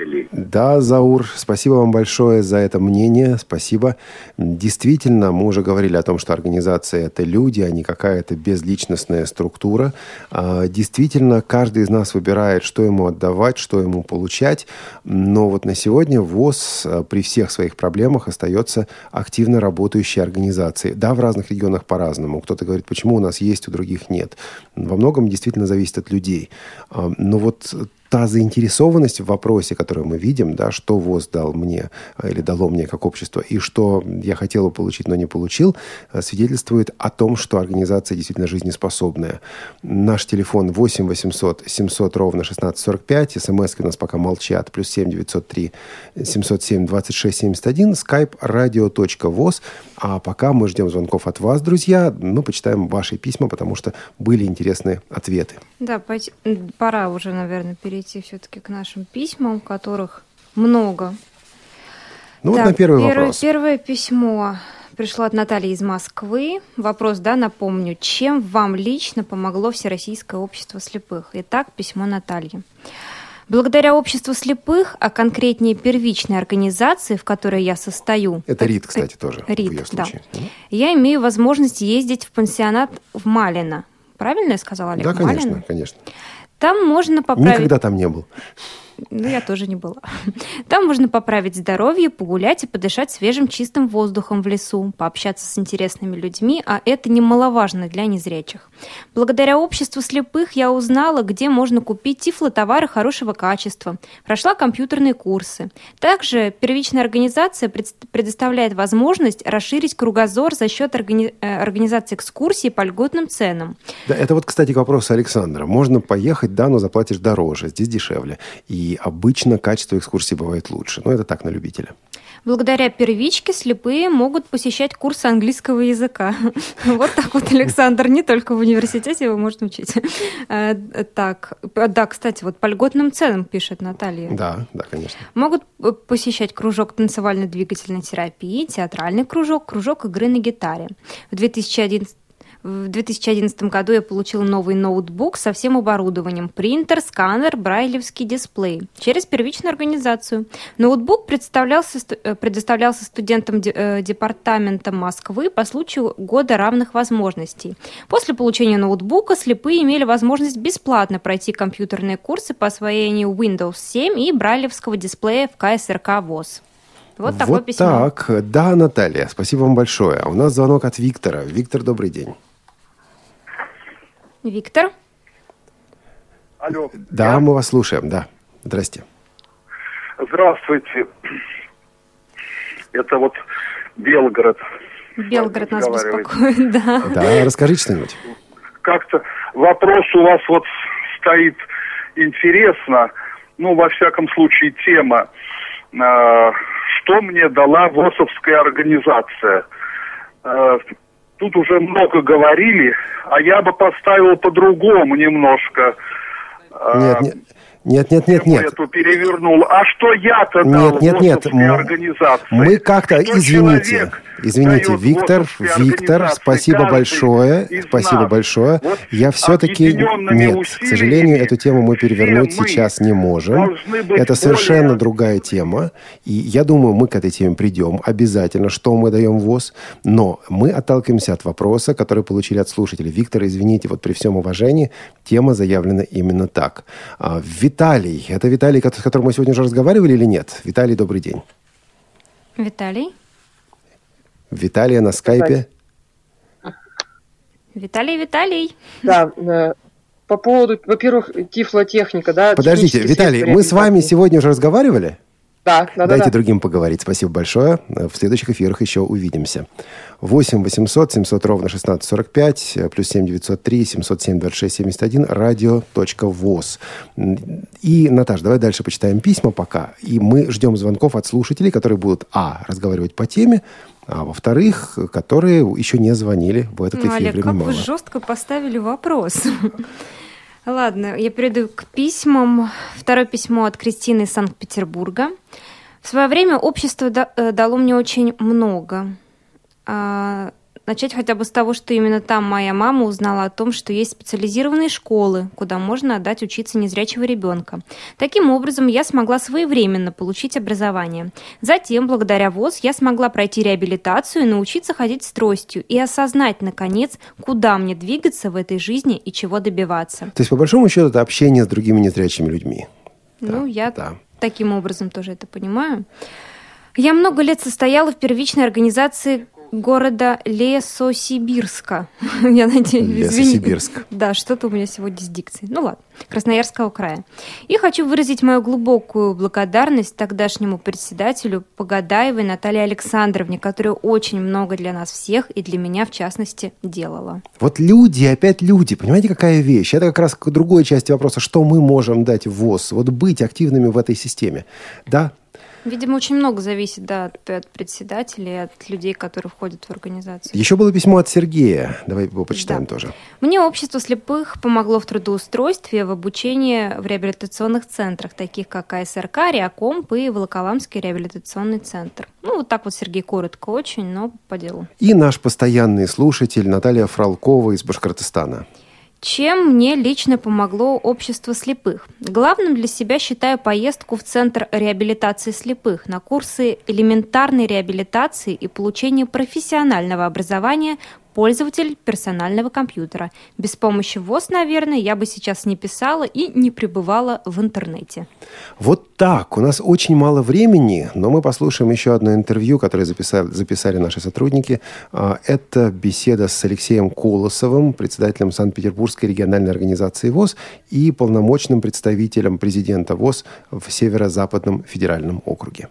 Заур, спасибо вам большое за это мнение, спасибо. Действительно, мы уже говорили о том, что организация – это люди, а не какая-то безличностная структура. Действительно, каждый из нас выбирает, что ему отдавать, что ему получать. Но вот на сегодня ВОС при всех своих проблемах остается активно работающей организацией. Да, в разных регионах по-разному. Кто-то говорит, почему у нас есть, у других нет. Во многом действительно зависит от людей. Но вот та заинтересованность в вопросе, которую мы видим, да, что ВОС дал мне или дало мне как общество, и что я хотел бы получить, но не получил, свидетельствует о том, что организация действительно жизнеспособная. Наш телефон 8 800 700 ровно 1645, смс-ки у нас пока молчат, +7 903 707 26 71, skype radio.voz. А пока мы ждем звонков от вас, друзья. Мы почитаем ваши письма, потому что были интересные ответы. Да, пора уже, наверное, перейти все-таки к нашим письмам, которых много. Вот на первый вопрос. Первое письмо пришло от Натальи из Москвы. Вопрос, напомню. Чем вам лично помогло Всероссийское общество слепых? Итак, письмо Натальи. Благодаря обществу слепых, а конкретнее первичной организации, в которой я состою... Это РИТ, кстати, тоже РИТ, в ее случае. Да. Я имею возможность ездить в пансионат в Малино. Правильно я сказала, Олег? Да, конечно, конечно. Там можно поправить... Никогда там не был. Ну, я тоже не была. Там можно поправить здоровье, погулять и подышать свежим чистым воздухом в лесу, пообщаться с интересными людьми, а это немаловажно для незрячих. Благодаря обществу слепых я узнала, где можно купить тифлотовары хорошего качества, прошла компьютерные курсы. Также первичная организация предоставляет возможность расширить кругозор за счет организации экскурсий по льготным ценам. Да, это вот, кстати, к вопросу Александра. Можно поехать, да, но заплатишь дороже, здесь дешевле. И обычно качество экскурсий бывает лучше. Но это так, на любителя. Благодаря первичке слепые могут посещать курсы английского языка. Вот так вот, Александр, не только в университете его можно учить. Так, да, кстати, вот по льготным ценам пишет Наталья. Да, конечно. Могут посещать кружок танцевально-двигательной терапии, театральный кружок, кружок игры на гитаре. В 2011 году я получила новый ноутбук со всем оборудованием. Принтер, сканер, брайлевский дисплей. Через первичную организацию. Ноутбук предоставлялся студентам департамента Москвы по случаю Года равных возможностей. После получения ноутбука слепые имели возможность бесплатно пройти компьютерные курсы по освоению Windows 7 и брайлевского дисплея в КСРК ВОС. Вот такое письмо. Так. Да, Наталья, спасибо вам большое. А у нас звонок от Виктора. Виктор, добрый день. Виктор? Алло. Да, мы вас слушаем, да. Здрасте. Здравствуйте. Это вот Белгород. Белгород нас беспокоит, да. Да, расскажите что-нибудь. Как-то вопрос у вас вот стоит интересно. Ну, во всяком случае, тема. Что мне дала ВОСовская организация? Тут уже много говорили, а я бы поставил по-другому немножко. Нет. Эту перевернул. А что я-то дал ВОСовской организации? Мы как-то, извините, Виктор, спасибо большое. Вот я все-таки, нет, к сожалению, эту тему мы перевернуть сейчас не можем. Это совершенно другая тема. И я думаю, мы к этой теме придем обязательно, что мы даем ВОС. Но мы отталкиваемся от вопроса, который получили от слушателей. Виктор, извините, вот при всем уважении, тема заявлена именно так. Виталий. Это Виталий, с которым мы сегодня уже разговаривали или нет? Виталий, добрый день. Виталий? Виталия на скайпе. Виталий. Да, по поводу, во-первых, тифлотехника, да. Подождите, Виталий, мы с вами сегодня уже разговаривали? Да. Дайте другим поговорить. Спасибо большое. В следующих эфирах еще увидимся. 8 800 700 ровно 1645, плюс 7 903 707 26 71, radio.voz. И, Наташ, давай дальше почитаем письма пока. И мы ждем звонков от слушателей, которые будут, разговаривать по теме, а во-вторых, которые еще не звонили в этот эфир. Олег, как вы жестко поставили вопрос. Ладно, я перейду к письмам. Второе письмо от Кристины из Санкт-Петербурга. В свое время общество дало мне очень много. Начать хотя бы с того, что именно там моя мама узнала о том, что есть специализированные школы, куда можно отдать учиться незрячего ребенка. Таким образом, я смогла своевременно получить образование. Затем, благодаря ВОС, я смогла пройти реабилитацию, научиться ходить с тростью и осознать, наконец, куда мне двигаться в этой жизни и чего добиваться. То есть, по большому счету, это общение с другими незрячими людьми. Я таким образом тоже это понимаю. Я много лет состояла в первичной организации города Лесосибирска. Я надеюсь, Лесосибирск. Да, что-то у меня сегодня с дикцией. Ну ладно, Красноярского края. И хочу выразить мою глубокую благодарность тогдашнему председателю Погадаевой Наталье Александровне, которая очень много для нас всех и для меня, в частности, делала. Вот люди, опять люди. Понимаете, какая вещь? Это как раз к другой части вопроса, что мы можем дать в ВОС. Вот быть активными в этой системе. Да? Видимо, очень много зависит, от председателей, от людей, которые входят в организацию. Еще было письмо от Сергея. Давай его почитаем тоже. Мне общество слепых помогло в трудоустройстве, в обучении в реабилитационных центрах, таких как КСРК, Реакомп и Волоколамский реабилитационный центр. Вот так вот, Сергей, коротко очень, но по делу. И наш постоянный слушатель Наталья Фролкова из Башкортостана. Чем мне лично помогло общество слепых? Главным для себя считаю поездку в Центр реабилитации слепых на курсы элементарной реабилитации и получение профессионального образования пользователь персонального компьютера. Без помощи ВОС, наверное, я бы сейчас не писала и не пребывала в интернете. Вот так. У нас очень мало времени, но мы послушаем еще одно интервью, которое записали наши сотрудники. Это беседа с Алексеем Колосовым, председателем Санкт-Петербургской региональной организации ВОС и полномочным представителем президента ВОС в Северо-Западном федеральном округе.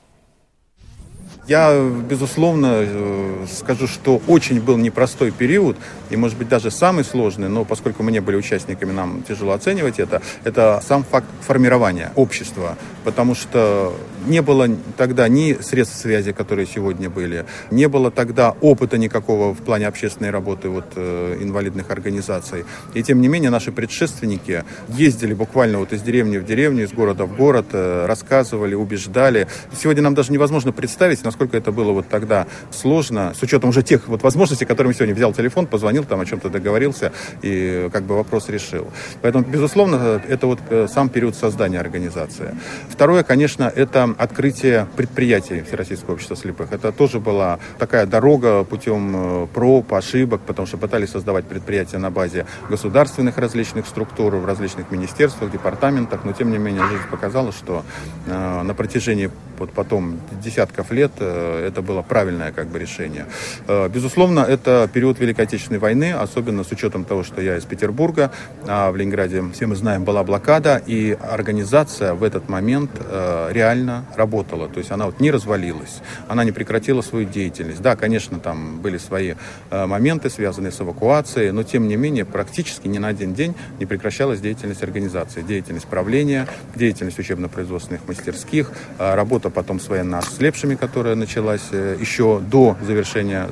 Я, безусловно, скажу, что очень был непростой период, и, может быть, даже самый сложный, но поскольку мы не были участниками, нам тяжело оценивать это сам факт формирования общества, потому что не было тогда ни средств связи, которые сегодня были, не было тогда опыта никакого в плане общественной работы инвалидных организаций. И, тем не менее, наши предшественники ездили буквально из деревни в деревню, из города в город, рассказывали, убеждали. Сегодня нам даже невозможно представить, насколько это было тогда сложно, с учетом уже тех возможностей, которыми сегодня взял телефон, позвонил, там о чем-то договорился и вопрос решил. Поэтому, безусловно, это сам период создания организации. Второе, конечно, это открытие предприятий Всероссийского общества слепых. Это тоже была такая дорога путем проб, ошибок, потому что пытались создавать предприятия на базе государственных различных структур, в различных министерствах, департаментах, но, тем не менее, жизнь показала, что на протяжении потом десятков лет это было правильное решение. Безусловно, это период Великой Отечественной войны, особенно с учетом того, что я из Петербурга, а в Ленинграде, все мы знаем, была блокада, и организация в этот момент реально работала. То есть она не развалилась, она не прекратила свою деятельность. Да, конечно, там были свои моменты, связанные с эвакуацией, но, тем не менее, практически ни на один день не прекращалась деятельность организации. Деятельность правления, деятельность учебно-производственных мастерских, работа потом с военно-ослепшими, которая началась еще до завершения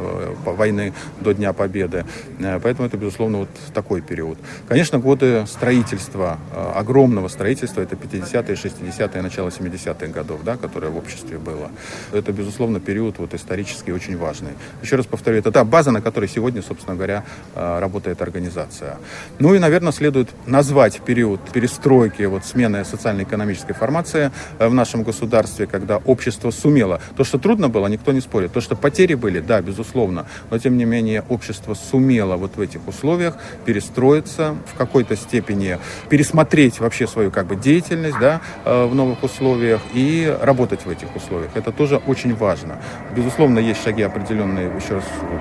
войны, до Дня Победы. Поэтому это, безусловно, такой период. Конечно, годы строительства, огромного строительства, это 50-е, 60-е, начало 70-х годов, которое в обществе было. Это, безусловно, период исторически очень важный. Еще раз повторю, это та база, на которой сегодня, собственно говоря, работает организация. Ну и, наверное, следует назвать период перестройки, смены социально-экономической формации в нашем государстве, когда общество сумело. То, что трудно было, никто не спорит. То, что потери были, да, безусловно, но, тем не менее, общество сумело в этих условиях перестроиться, в какой-то степени пересмотреть вообще свою деятельность, в новых условиях и работать в этих условиях. Это тоже очень важно. Безусловно, есть шаги определенные, еще раз,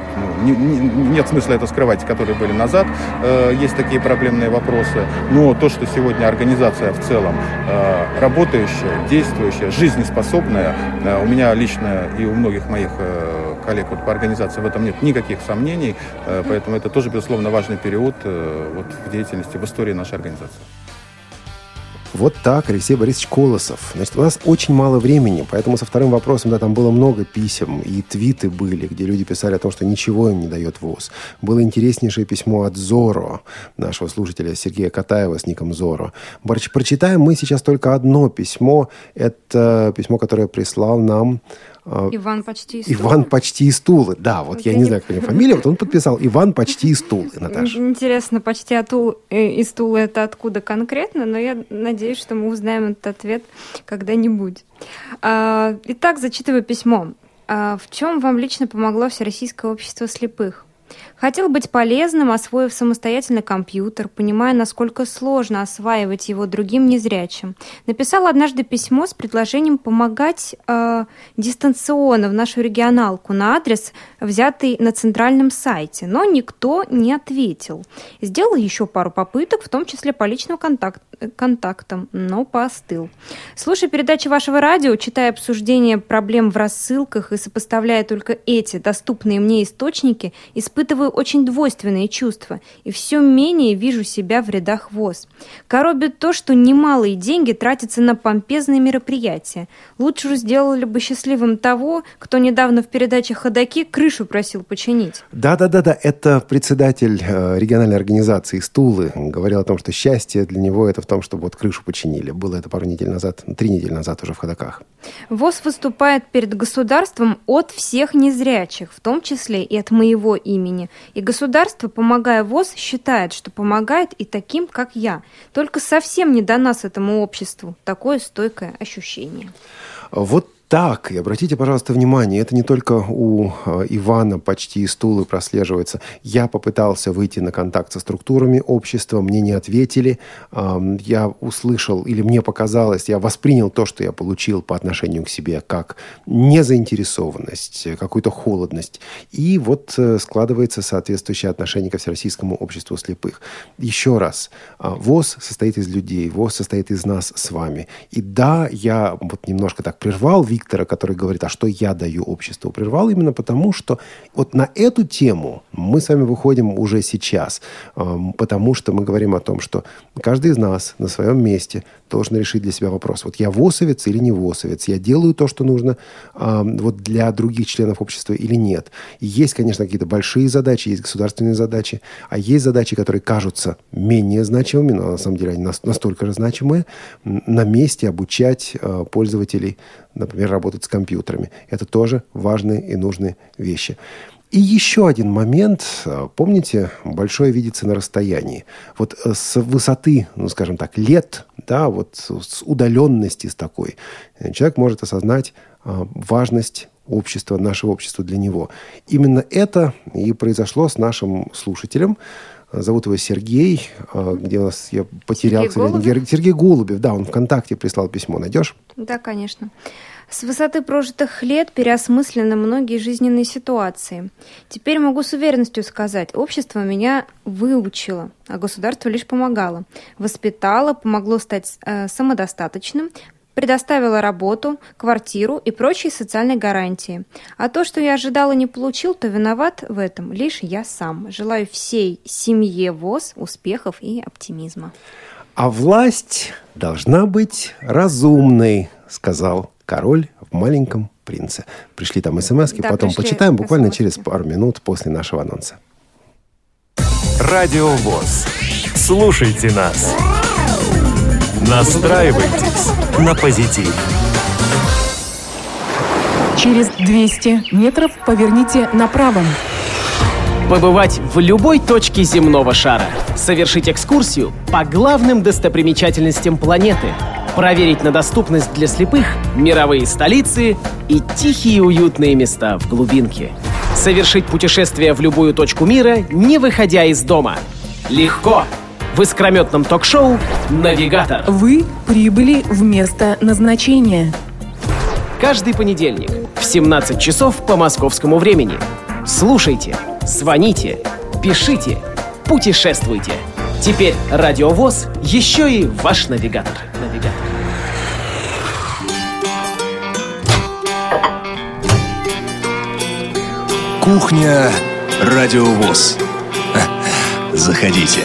нет смысла это скрывать, которые были назад, есть такие проблемные вопросы, но то, что сегодня организация в целом работающая, действующая, жизнеспособная, у меня лично и у многих моих коллег по организации в этом нет никаких сомнений, поэтому это тоже, безусловно, важный период в деятельности, в истории нашей организации. Вот так, Алексей Борисович Колосов. Значит, у нас очень мало времени, поэтому со вторым вопросом, там было много писем, и твиты были, где люди писали о том, что ничего им не дает ВОС. Было интереснейшее письмо от Зоро, нашего слушателя Сергея Катаева с ником Зоро. Прочитаем мы сейчас только одно письмо. Это письмо, которое прислал нам Иван почти из Тулы. Иван почти из Тулы. Да, я не знаю, как у него фамилия. Он подписал Иван почти из Тулы, Наташа. Интересно, почти из Тулы это откуда конкретно, но я надеюсь, что мы узнаем этот ответ когда-нибудь. Итак, зачитываю письмо. В чем вам лично помогло Всероссийское общество слепых? Хотел быть полезным, освоив самостоятельно компьютер, понимая, насколько сложно осваивать его другим незрячим. Написал однажды письмо с предложением помогать дистанционно в нашу регионалку на адрес, взятый на центральном сайте, но никто не ответил. Сделал еще пару попыток, в том числе по личным контактам, но поостыл. Слушая передачи вашего радио, читая обсуждения проблем в рассылках и сопоставляя только эти доступные мне источники, испытываю очень двойственные чувства и все менее вижу себя в рядах ВОС. Коробит то, что немалые деньги тратятся на помпезные мероприятия. Лучше же сделали бы счастливым того, кто недавно в передаче «Ходоки» крышу просил починить. Да, это председатель региональной организации из Тулы говорил о том, что счастье для него это в том, чтобы крышу починили. Было это 3 недели назад уже в Ходоках. ВОС выступает перед государством от всех незрячих, в том числе и от моего имени. И государство, помогая ВОС, считает, что помогает и таким, как я. Только совсем не до нас, этому обществу. Такое стойкое ощущение. Вот Так, и обратите, пожалуйста, внимание, это не только у Ивана почти из Тулы прослеживается. Я попытался выйти на контакт со структурами общества, мне не ответили. Я услышал, или мне показалось, я воспринял то, что я получил по отношению к себе, как незаинтересованность, какую-то холодность. И вот складывается соответствующее отношение ко Всероссийскому обществу слепых. Еще раз, ВОС состоит из людей, ВОС состоит из нас с вами. И да, я вот немножко так прервал Виктора, который говорит, а что я даю обществу? Прервал именно потому, что вот на эту тему мы с вами выходим уже сейчас, потому что мы говорим о том, что каждый из нас на своем месте должен решить для себя вопрос. Вот я ВОСовец или не ВОСовец? Я делаю то, что нужно вот для других членов общества или нет? И есть, конечно, какие-то большие задачи, есть государственные задачи, а есть задачи, которые кажутся менее значимыми, но на самом деле они настолько же значимые, на месте обучать пользователей, например, работать с компьютерами. Это тоже важные и нужные вещи. И еще один момент. Помните, большое видится на расстоянии. Вот с высоты, ну, скажем так, лет, да, вот с удаленности с такой, человек может осознать важность общества, нашего общества для него. Именно это и произошло с нашим слушателем. Зовут его Сергей. Где у нас я потерял... Сергей Голубев. Да, он ВКонтакте прислал письмо. Найдешь? Да, конечно. С высоты прожитых лет переосмыслены многие жизненные ситуации. Теперь могу с уверенностью сказать, общество меня выучило, а государство лишь помогало. Воспитало, помогло стать самодостаточным, предоставила работу, квартиру и прочие социальные гарантии. А то, что я ожидал и не получил, то виноват в этом лишь я сам. Желаю всей семье ВОС успехов и оптимизма. А власть должна быть разумной, сказал король в «Маленьком принце». Пришли там смс-ки, да, потом почитаем буквально через пару минут после нашего анонса. Радио ВОС. Слушайте нас. Настраивайтесь на позитив. Через 200 метров поверните направо. Побывать в любой точке земного шара. Совершить экскурсию по главным достопримечательностям планеты. Проверить на доступность для слепых мировые столицы и тихие уютные места в глубинке. Совершить путешествие в любую точку мира, не выходя из дома. Легко! В искрометном ток-шоу «Навигатор». Вы прибыли в место назначения. Каждый понедельник в 17 часов по московскому времени. Слушайте, звоните, пишите, путешествуйте. Теперь Радио ВОС еще и ваш навигатор. Кухня Радио ВОС. Заходите.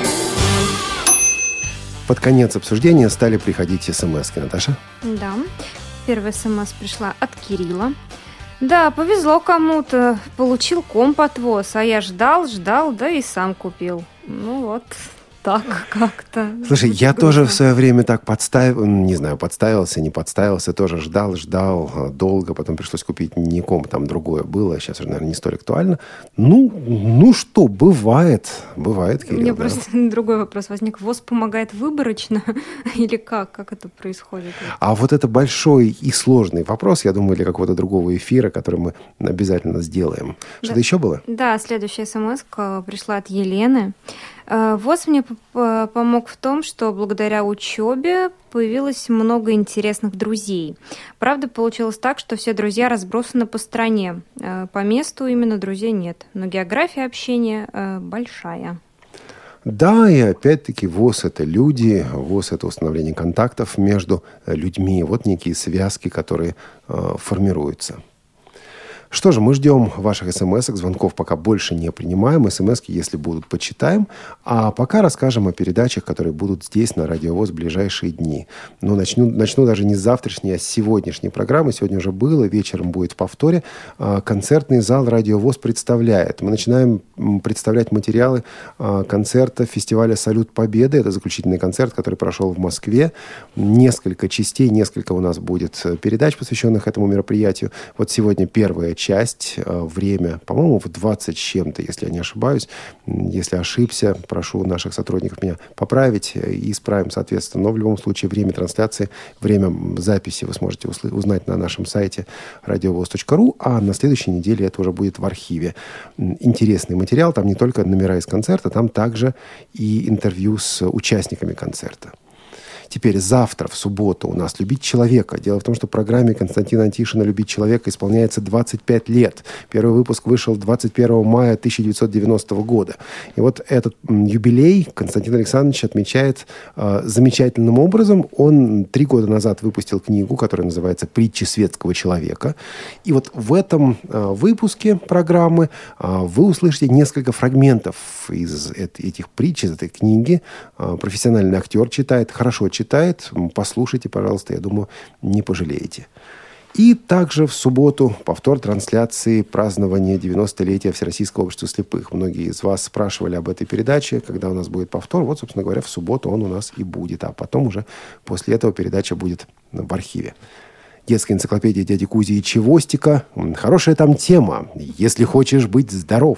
Под конец обсуждения стали приходить смс-ки, Наташа? Да. Первая смс пришла от Кирилла. Да, повезло кому-то. Получил комп от ВОС, а я ждал, да и сам купил. Ну вот, так как-то. Слушай, я тоже в свое время так подставился, не подставился, тоже ждал долго, потом пришлось купить не комп, там другое было, сейчас уже, наверное, не столь актуально. Ну что, бывает, Кирилл. У меня просто другой вопрос возник. ВОС помогает выборочно или как это происходит? А вот это большой и сложный вопрос, я думаю, для какого-то другого эфира, который мы обязательно сделаем. Что-то еще было? Да, следующая смс-ка пришла от Елены. ВОС мне помог в том, что благодаря учебе появилось много интересных друзей. Правда, получилось так, что все друзья разбросаны по стране. По месту именно друзей нет. Но география общения большая. Да, и опять-таки ВОС – это люди, ВОС – это установление контактов между людьми. Вот некие связки, которые формируются. Что же, мы ждем ваших смс-ок, звонков пока больше не принимаем. Смс-ки, если будут, почитаем. А пока расскажем о передачах, которые будут здесь, на Радио ВОС, в ближайшие дни. Но начну даже не с завтрашней, а с сегодняшней программы. Сегодня уже было, вечером будет в повторе. Концертный зал Радио ВОС представляет. Мы начинаем представлять материалы концерта фестиваля «Салют Победы». Это заключительный концерт, который прошел в Москве. Несколько частей, несколько у нас будет передач, посвященных этому мероприятию. Вот сегодня первая часть часть, время, по-моему, в 20 с чем-то, если я не ошибаюсь. Если ошибся, прошу наших сотрудников меня поправить и исправим, соответственно. Но в любом случае время трансляции, время записи вы сможете узнать на нашем сайте radiovoz.ru, а на следующей неделе это уже будет в архиве. Интересный материал, там не только номера из концерта, там также и интервью с участниками концерта. Теперь завтра, в субботу, у нас «Любить человека». Дело в том, что программе Константина Антишина «Любить человека» исполняется 25 лет. Первый выпуск вышел 21 мая 1990 года. И вот этот юбилей Константин Александрович отмечает замечательным образом. Он 3 года назад выпустил книгу, которая называется «Притчи светского человека». И вот в этом выпуске программы вы услышите несколько фрагментов из этих притч, из этой книги. Профессиональный актер читает, хорошо читает. Послушайте, пожалуйста, я думаю, не пожалеете. И также в субботу повтор трансляции празднования 90-летия Всероссийского общества слепых. Многие из вас спрашивали об этой передаче, когда у нас будет повтор. Вот, собственно говоря, в субботу он у нас и будет. А потом уже после этого передача будет в архиве. Детская энциклопедия дяди Кузи и Чевостика. Хорошая там тема. Если хочешь быть здоров.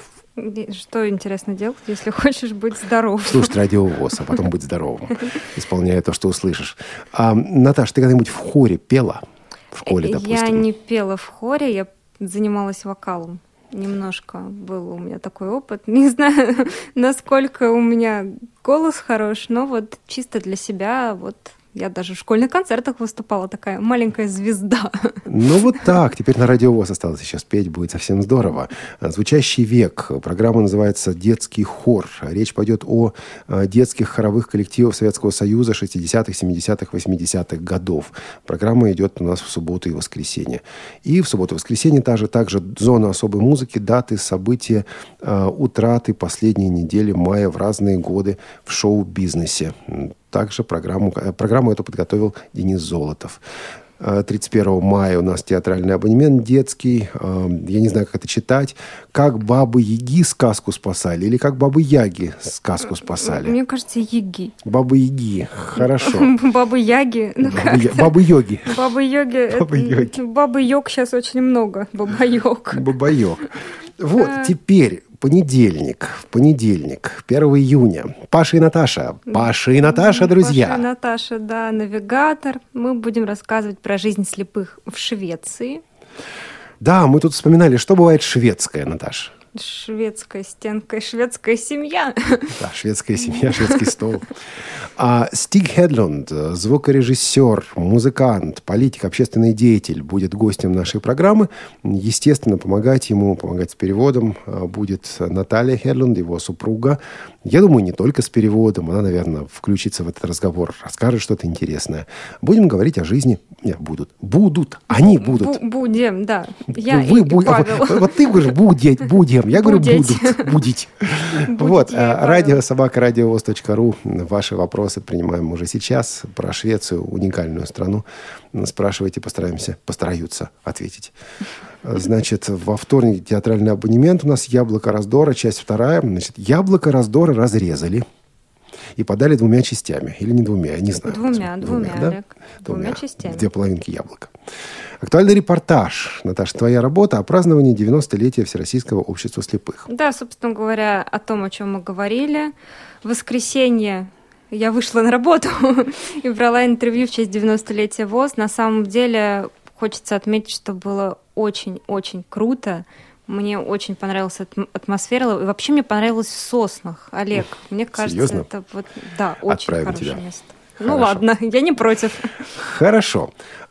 Что интересно делать, если хочешь быть здоров? Слушать Радио ВОС, а потом быть здоровым, исполняя то, что услышишь. Наташа, ты когда-нибудь в хоре пела? В школе, допустим? Я не пела в хоре, я занималась вокалом. Немножко был у меня такой опыт. Не знаю, насколько у меня голос хорош, но вот чисто для себя вот... Я даже в школьных концертах выступала, такая маленькая звезда. Ну вот так. Теперь на Радио ВОС осталось еще спеть, будет совсем здорово. «Звучащий век». Программа называется «Детский хор». Речь пойдет о детских хоровых коллективах Советского Союза 60-х, 70-х, 80-х годов. Программа идет у нас в субботу и воскресенье. И в субботу и воскресенье также зона особой музыки, даты, события, утраты последней недели мая в разные годы в шоу-бизнесе. Также программу эту подготовил Денис Золотов. 31 мая у нас театральный абонемент детский. Я не знаю, как это читать. «Как бабы-яги сказку спасали» или «Как бабы-яги сказку спасали». Мне кажется, яги. Бабы-яги. Хорошо. Бабы-яги. Бабы-йоги. Бабы-йоги. Бабы-йог сейчас очень много. Бабайог. Бабайог. Вот, теперь... Понедельник, 1 июня. Паша и Наташа, друзья. Паша и Наташа, да, навигатор. Мы будем рассказывать про жизнь слепых в Швеции. Да, мы тут вспоминали, что бывает шведское, Наташа. Шведская стенка, шведская семья. Да, шведская семья, шведский стол. Стиг Хедлунд, звукорежиссер, музыкант, политик, общественный деятель, будет гостем нашей программы. Естественно, помогать с переводом будет Наталья Хедлунд, его супруга. Я думаю, не только с переводом. Она, наверное, включится в этот разговор, расскажет что-то интересное. Будем говорить о жизни. Нет, будут. Они будут. Будем, да. Павел. Вот ты говоришь, будем. Я говорю, будить. Вот, радио@радиовоз.ру. Ваши вопросы принимаем уже сейчас. Про Швецию, уникальную страну. Спрашивайте, постараются ответить. Значит, во вторник театральный абонемент у нас «Яблоко раздора», часть 2. Значит, «Яблоко раздора» разрезали и подали 2 частями. Или не 2, я не знаю. Двумя, да? Олег. 2 частями. 2 половинки яблока. Актуальный репортаж. Наташа, твоя работа о праздновании 90-летия Всероссийского общества слепых. Да, собственно говоря, о том, о чем мы говорили. В воскресенье я вышла на работу и брала интервью в честь 90-летия ВОС. На самом деле, хочется отметить, что было очень-очень круто. Мне очень понравилась атмосфера. И вообще мне понравилось в Соснах. Олег, мне кажется, серьезно? Это очень Отправим хорошее тебя. место. Хорошо. Ну ладно, я не против. Хорошо.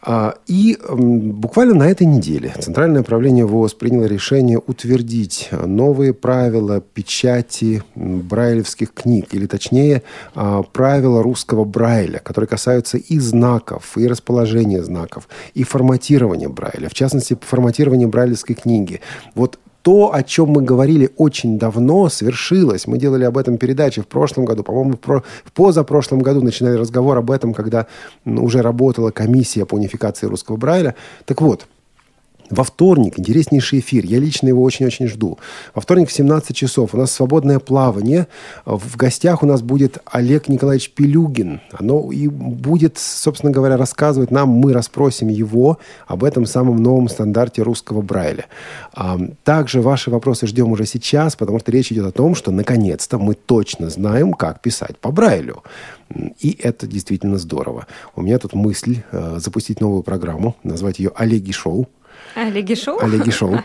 И буквально на этой неделе Центральное управление ВОС приняло решение утвердить новые правила печати брайлевских книг, или точнее правила русского Брайля, которые касаются и знаков, и расположения знаков, и форматирования Брайля, в частности, форматирования брайлевской книги. Вот то, о чем мы говорили очень давно, свершилось. Мы делали об этом передачи в прошлом году. По-моему, в позапрошлом году начинали разговор об этом, когда уже работала комиссия по унификации русского Брайля. Так вот, Во вторник интереснейший эфир. Я лично его очень-очень жду. Во вторник в 17 часов у нас свободное плавание. В гостях у нас будет Олег Николаевич Пилюгин. Оно и будет, собственно говоря, рассказывать нам, мы расспросим его об этом самом новом стандарте русского Брайля. Также ваши вопросы ждем уже сейчас, потому что речь идет о том, что наконец-то мы точно знаем, как писать по Брайлю. И это действительно здорово. У меня тут мысль запустить новую программу, назвать ее «Олеги Шоу». Олеги Шоу? Олеги Шоу.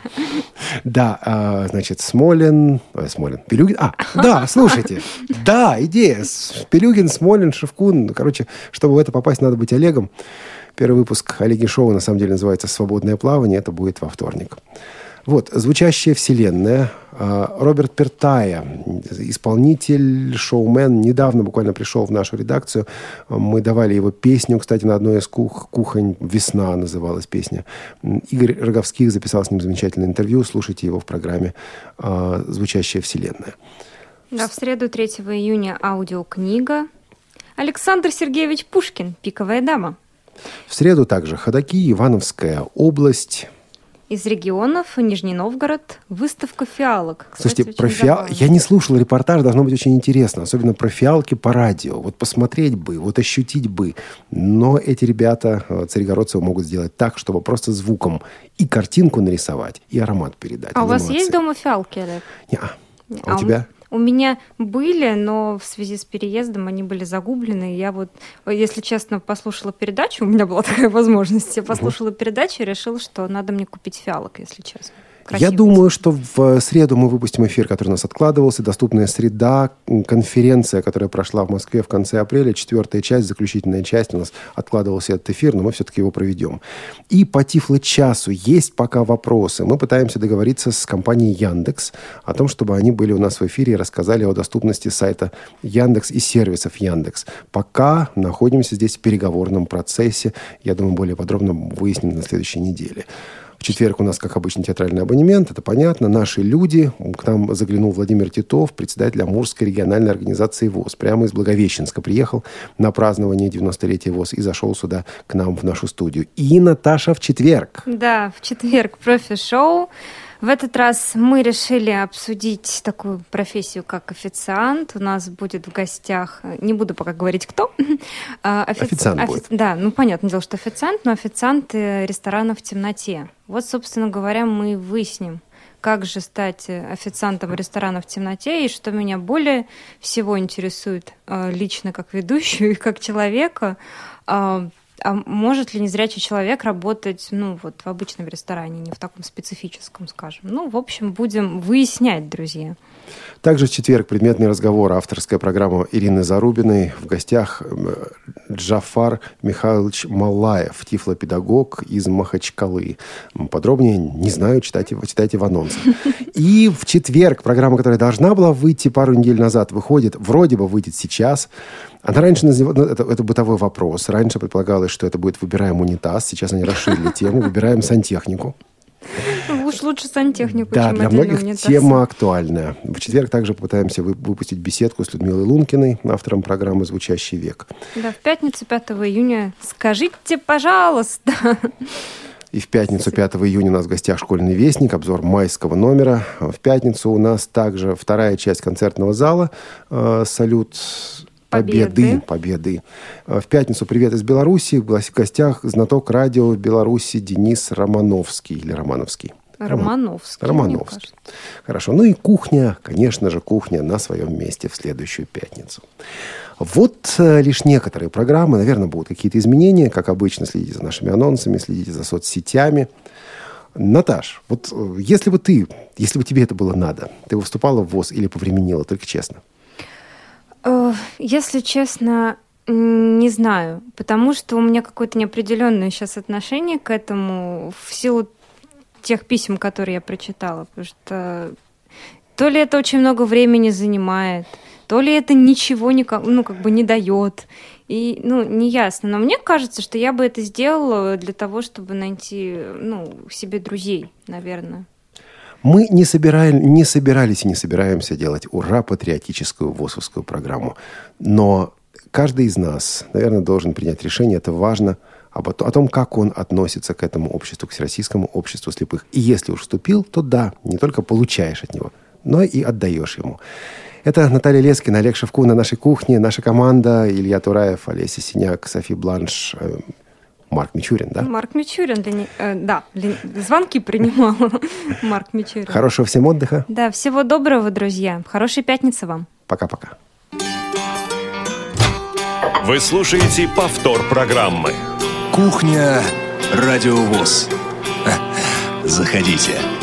Да, значит, Смолин, Пилюгин. Да, слушайте. Да, идея. Пилюгин, Смолин, Шевкун. Короче, чтобы в это попасть, надо быть Олегом. Первый выпуск Олеги Шоу на самом деле называется «Свободное плавание». Это будет во вторник. Вот, «Звучащая вселенная». Роберт Пертая, исполнитель, шоумен, недавно буквально пришел в нашу редакцию. Мы давали его песню, кстати, на одной из кухонь. «Весна» называлась песня. Игорь Роговских записал с ним замечательное интервью. Слушайте его в программе «Звучащая вселенная». Да, в среду 3 июня аудиокнига. Александр Сергеевич Пушкин «Пиковая дама». В среду также ходаки, Ивановская область. Из регионов Нижний Новгород, выставка фиалок. Кстати, слушайте, про фиалки я не слушал репортаж, должно быть очень интересно, особенно про фиалки по радио. Вот посмотреть бы, вот ощутить бы. Но эти ребята, Царегородцевы, могут сделать так, чтобы просто звуком и картинку нарисовать, и аромат передать. А у вас есть дома фиалки, Олег? Нет. А у тебя? У меня были, но в связи с переездом они были загублены. Я вот, если честно, послушала передачу, у меня была такая возможность, я послушала передачу и решила, что надо мне купить фиалок, если честно. Я думаю, что в среду мы выпустим эфир, который у нас откладывался. «Доступная среда», конференция, которая прошла в Москве в конце апреля, 4-я часть, заключительная часть. У нас откладывался этот эфир, но мы все-таки его проведем. И по Тифло-часу есть пока вопросы. Мы пытаемся договориться с компанией Яндекс о том, чтобы они были у нас в эфире и рассказали о доступности сайта Яндекс и сервисов Яндекс. Пока находимся здесь в переговорном процессе. Я думаю, более подробно выясним на следующей неделе. В четверг у нас, как обычно, театральный абонемент. Это понятно. Наши люди. К нам заглянул Владимир Титов, председатель Амурской региональной организации ВОС. Прямо из Благовещенска приехал на празднование 90-летия ВОС и зашел сюда к нам в нашу студию. И Наташа в четверг. Да, в четверг профи-шоу. В этот раз мы решили обсудить такую профессию, как официант. У нас будет в гостях, не буду пока говорить, кто. Официант будет. Да, ну, понятное дело, что официант, но официант ресторана в темноте. Вот, собственно говоря, мы выясним, как же стать официантом ресторана в темноте, и что меня более всего интересует лично как ведущую и как человека, а может ли незрячий человек работать, в обычном ресторане, не в таком специфическом, скажем? В общем, будем выяснять, друзья. Также в четверг предметный разговор, авторская программа Ирины Зарубиной. В гостях Джафар Михайлович Малаев, тифлопедагог из Махачкалы. Подробнее не знаю, читайте в анонсах. И в четверг программа, которая должна была выйти пару недель назад, вроде бы выйдет сейчас. Она раньше называлась, это бытовой вопрос. Раньше предполагалось, что это будет «Выбираем унитаз». Сейчас они расширили тему «Выбираем сантехнику». Уж лучше сантехнику, да, чем для многих унитаз. Тема актуальная. В четверг также попытаемся выпустить беседку с Людмилой Лункиной, автором программы «Звучащий век». Да, в пятницу 5 июня «Скажите, пожалуйста». И в пятницу 5 июня у нас в гостях «Школьный вестник», обзор майского номера. В пятницу у нас также вторая часть концертного зала «Салют Победы. В пятницу привет из Беларуси. В гостях знаток радио в Беларуси Денис Романовский или Романовский. Романовский. Хорошо. Ну и кухня, конечно же, кухня на своем месте в следующую пятницу. Вот лишь некоторые программы. Наверное, будут какие-то изменения. Как обычно, следите за нашими анонсами, следите за соцсетями. Наташ, вот если бы тебе это было надо, ты выступала в ВОС или повременила, только честно? Если честно, не знаю, потому что у меня какое-то неопределенное сейчас отношение к этому в силу тех писем, которые я прочитала, потому что то ли это очень много времени занимает, то ли это ничего не дает, и, не ясно. Но мне кажется, что я бы это сделала для того, чтобы найти, себе друзей, наверное. Мы не собирались и не собираемся делать ура-патриотическую ВОСовскую программу. Но каждый из нас, наверное, должен принять решение, это важно, о том, как он относится к этому обществу, к Всероссийскому обществу слепых. И если уж вступил, то да, не только получаешь от него, но и отдаешь ему. Это Наталья Лескина, Олег Шевкун на нашей кухне, наша команда, Илья Тураев, Олеся Синяк, Софи Бланш, Марк Мичурин, да? Марк Мичурин, звонки принимал Марк Мичурин. Хорошего всем отдыха. Да, всего доброго, друзья. Хорошей пятницы вам. Пока-пока. Вы слушаете повтор программы. Кухня Радио ВОС. Заходите.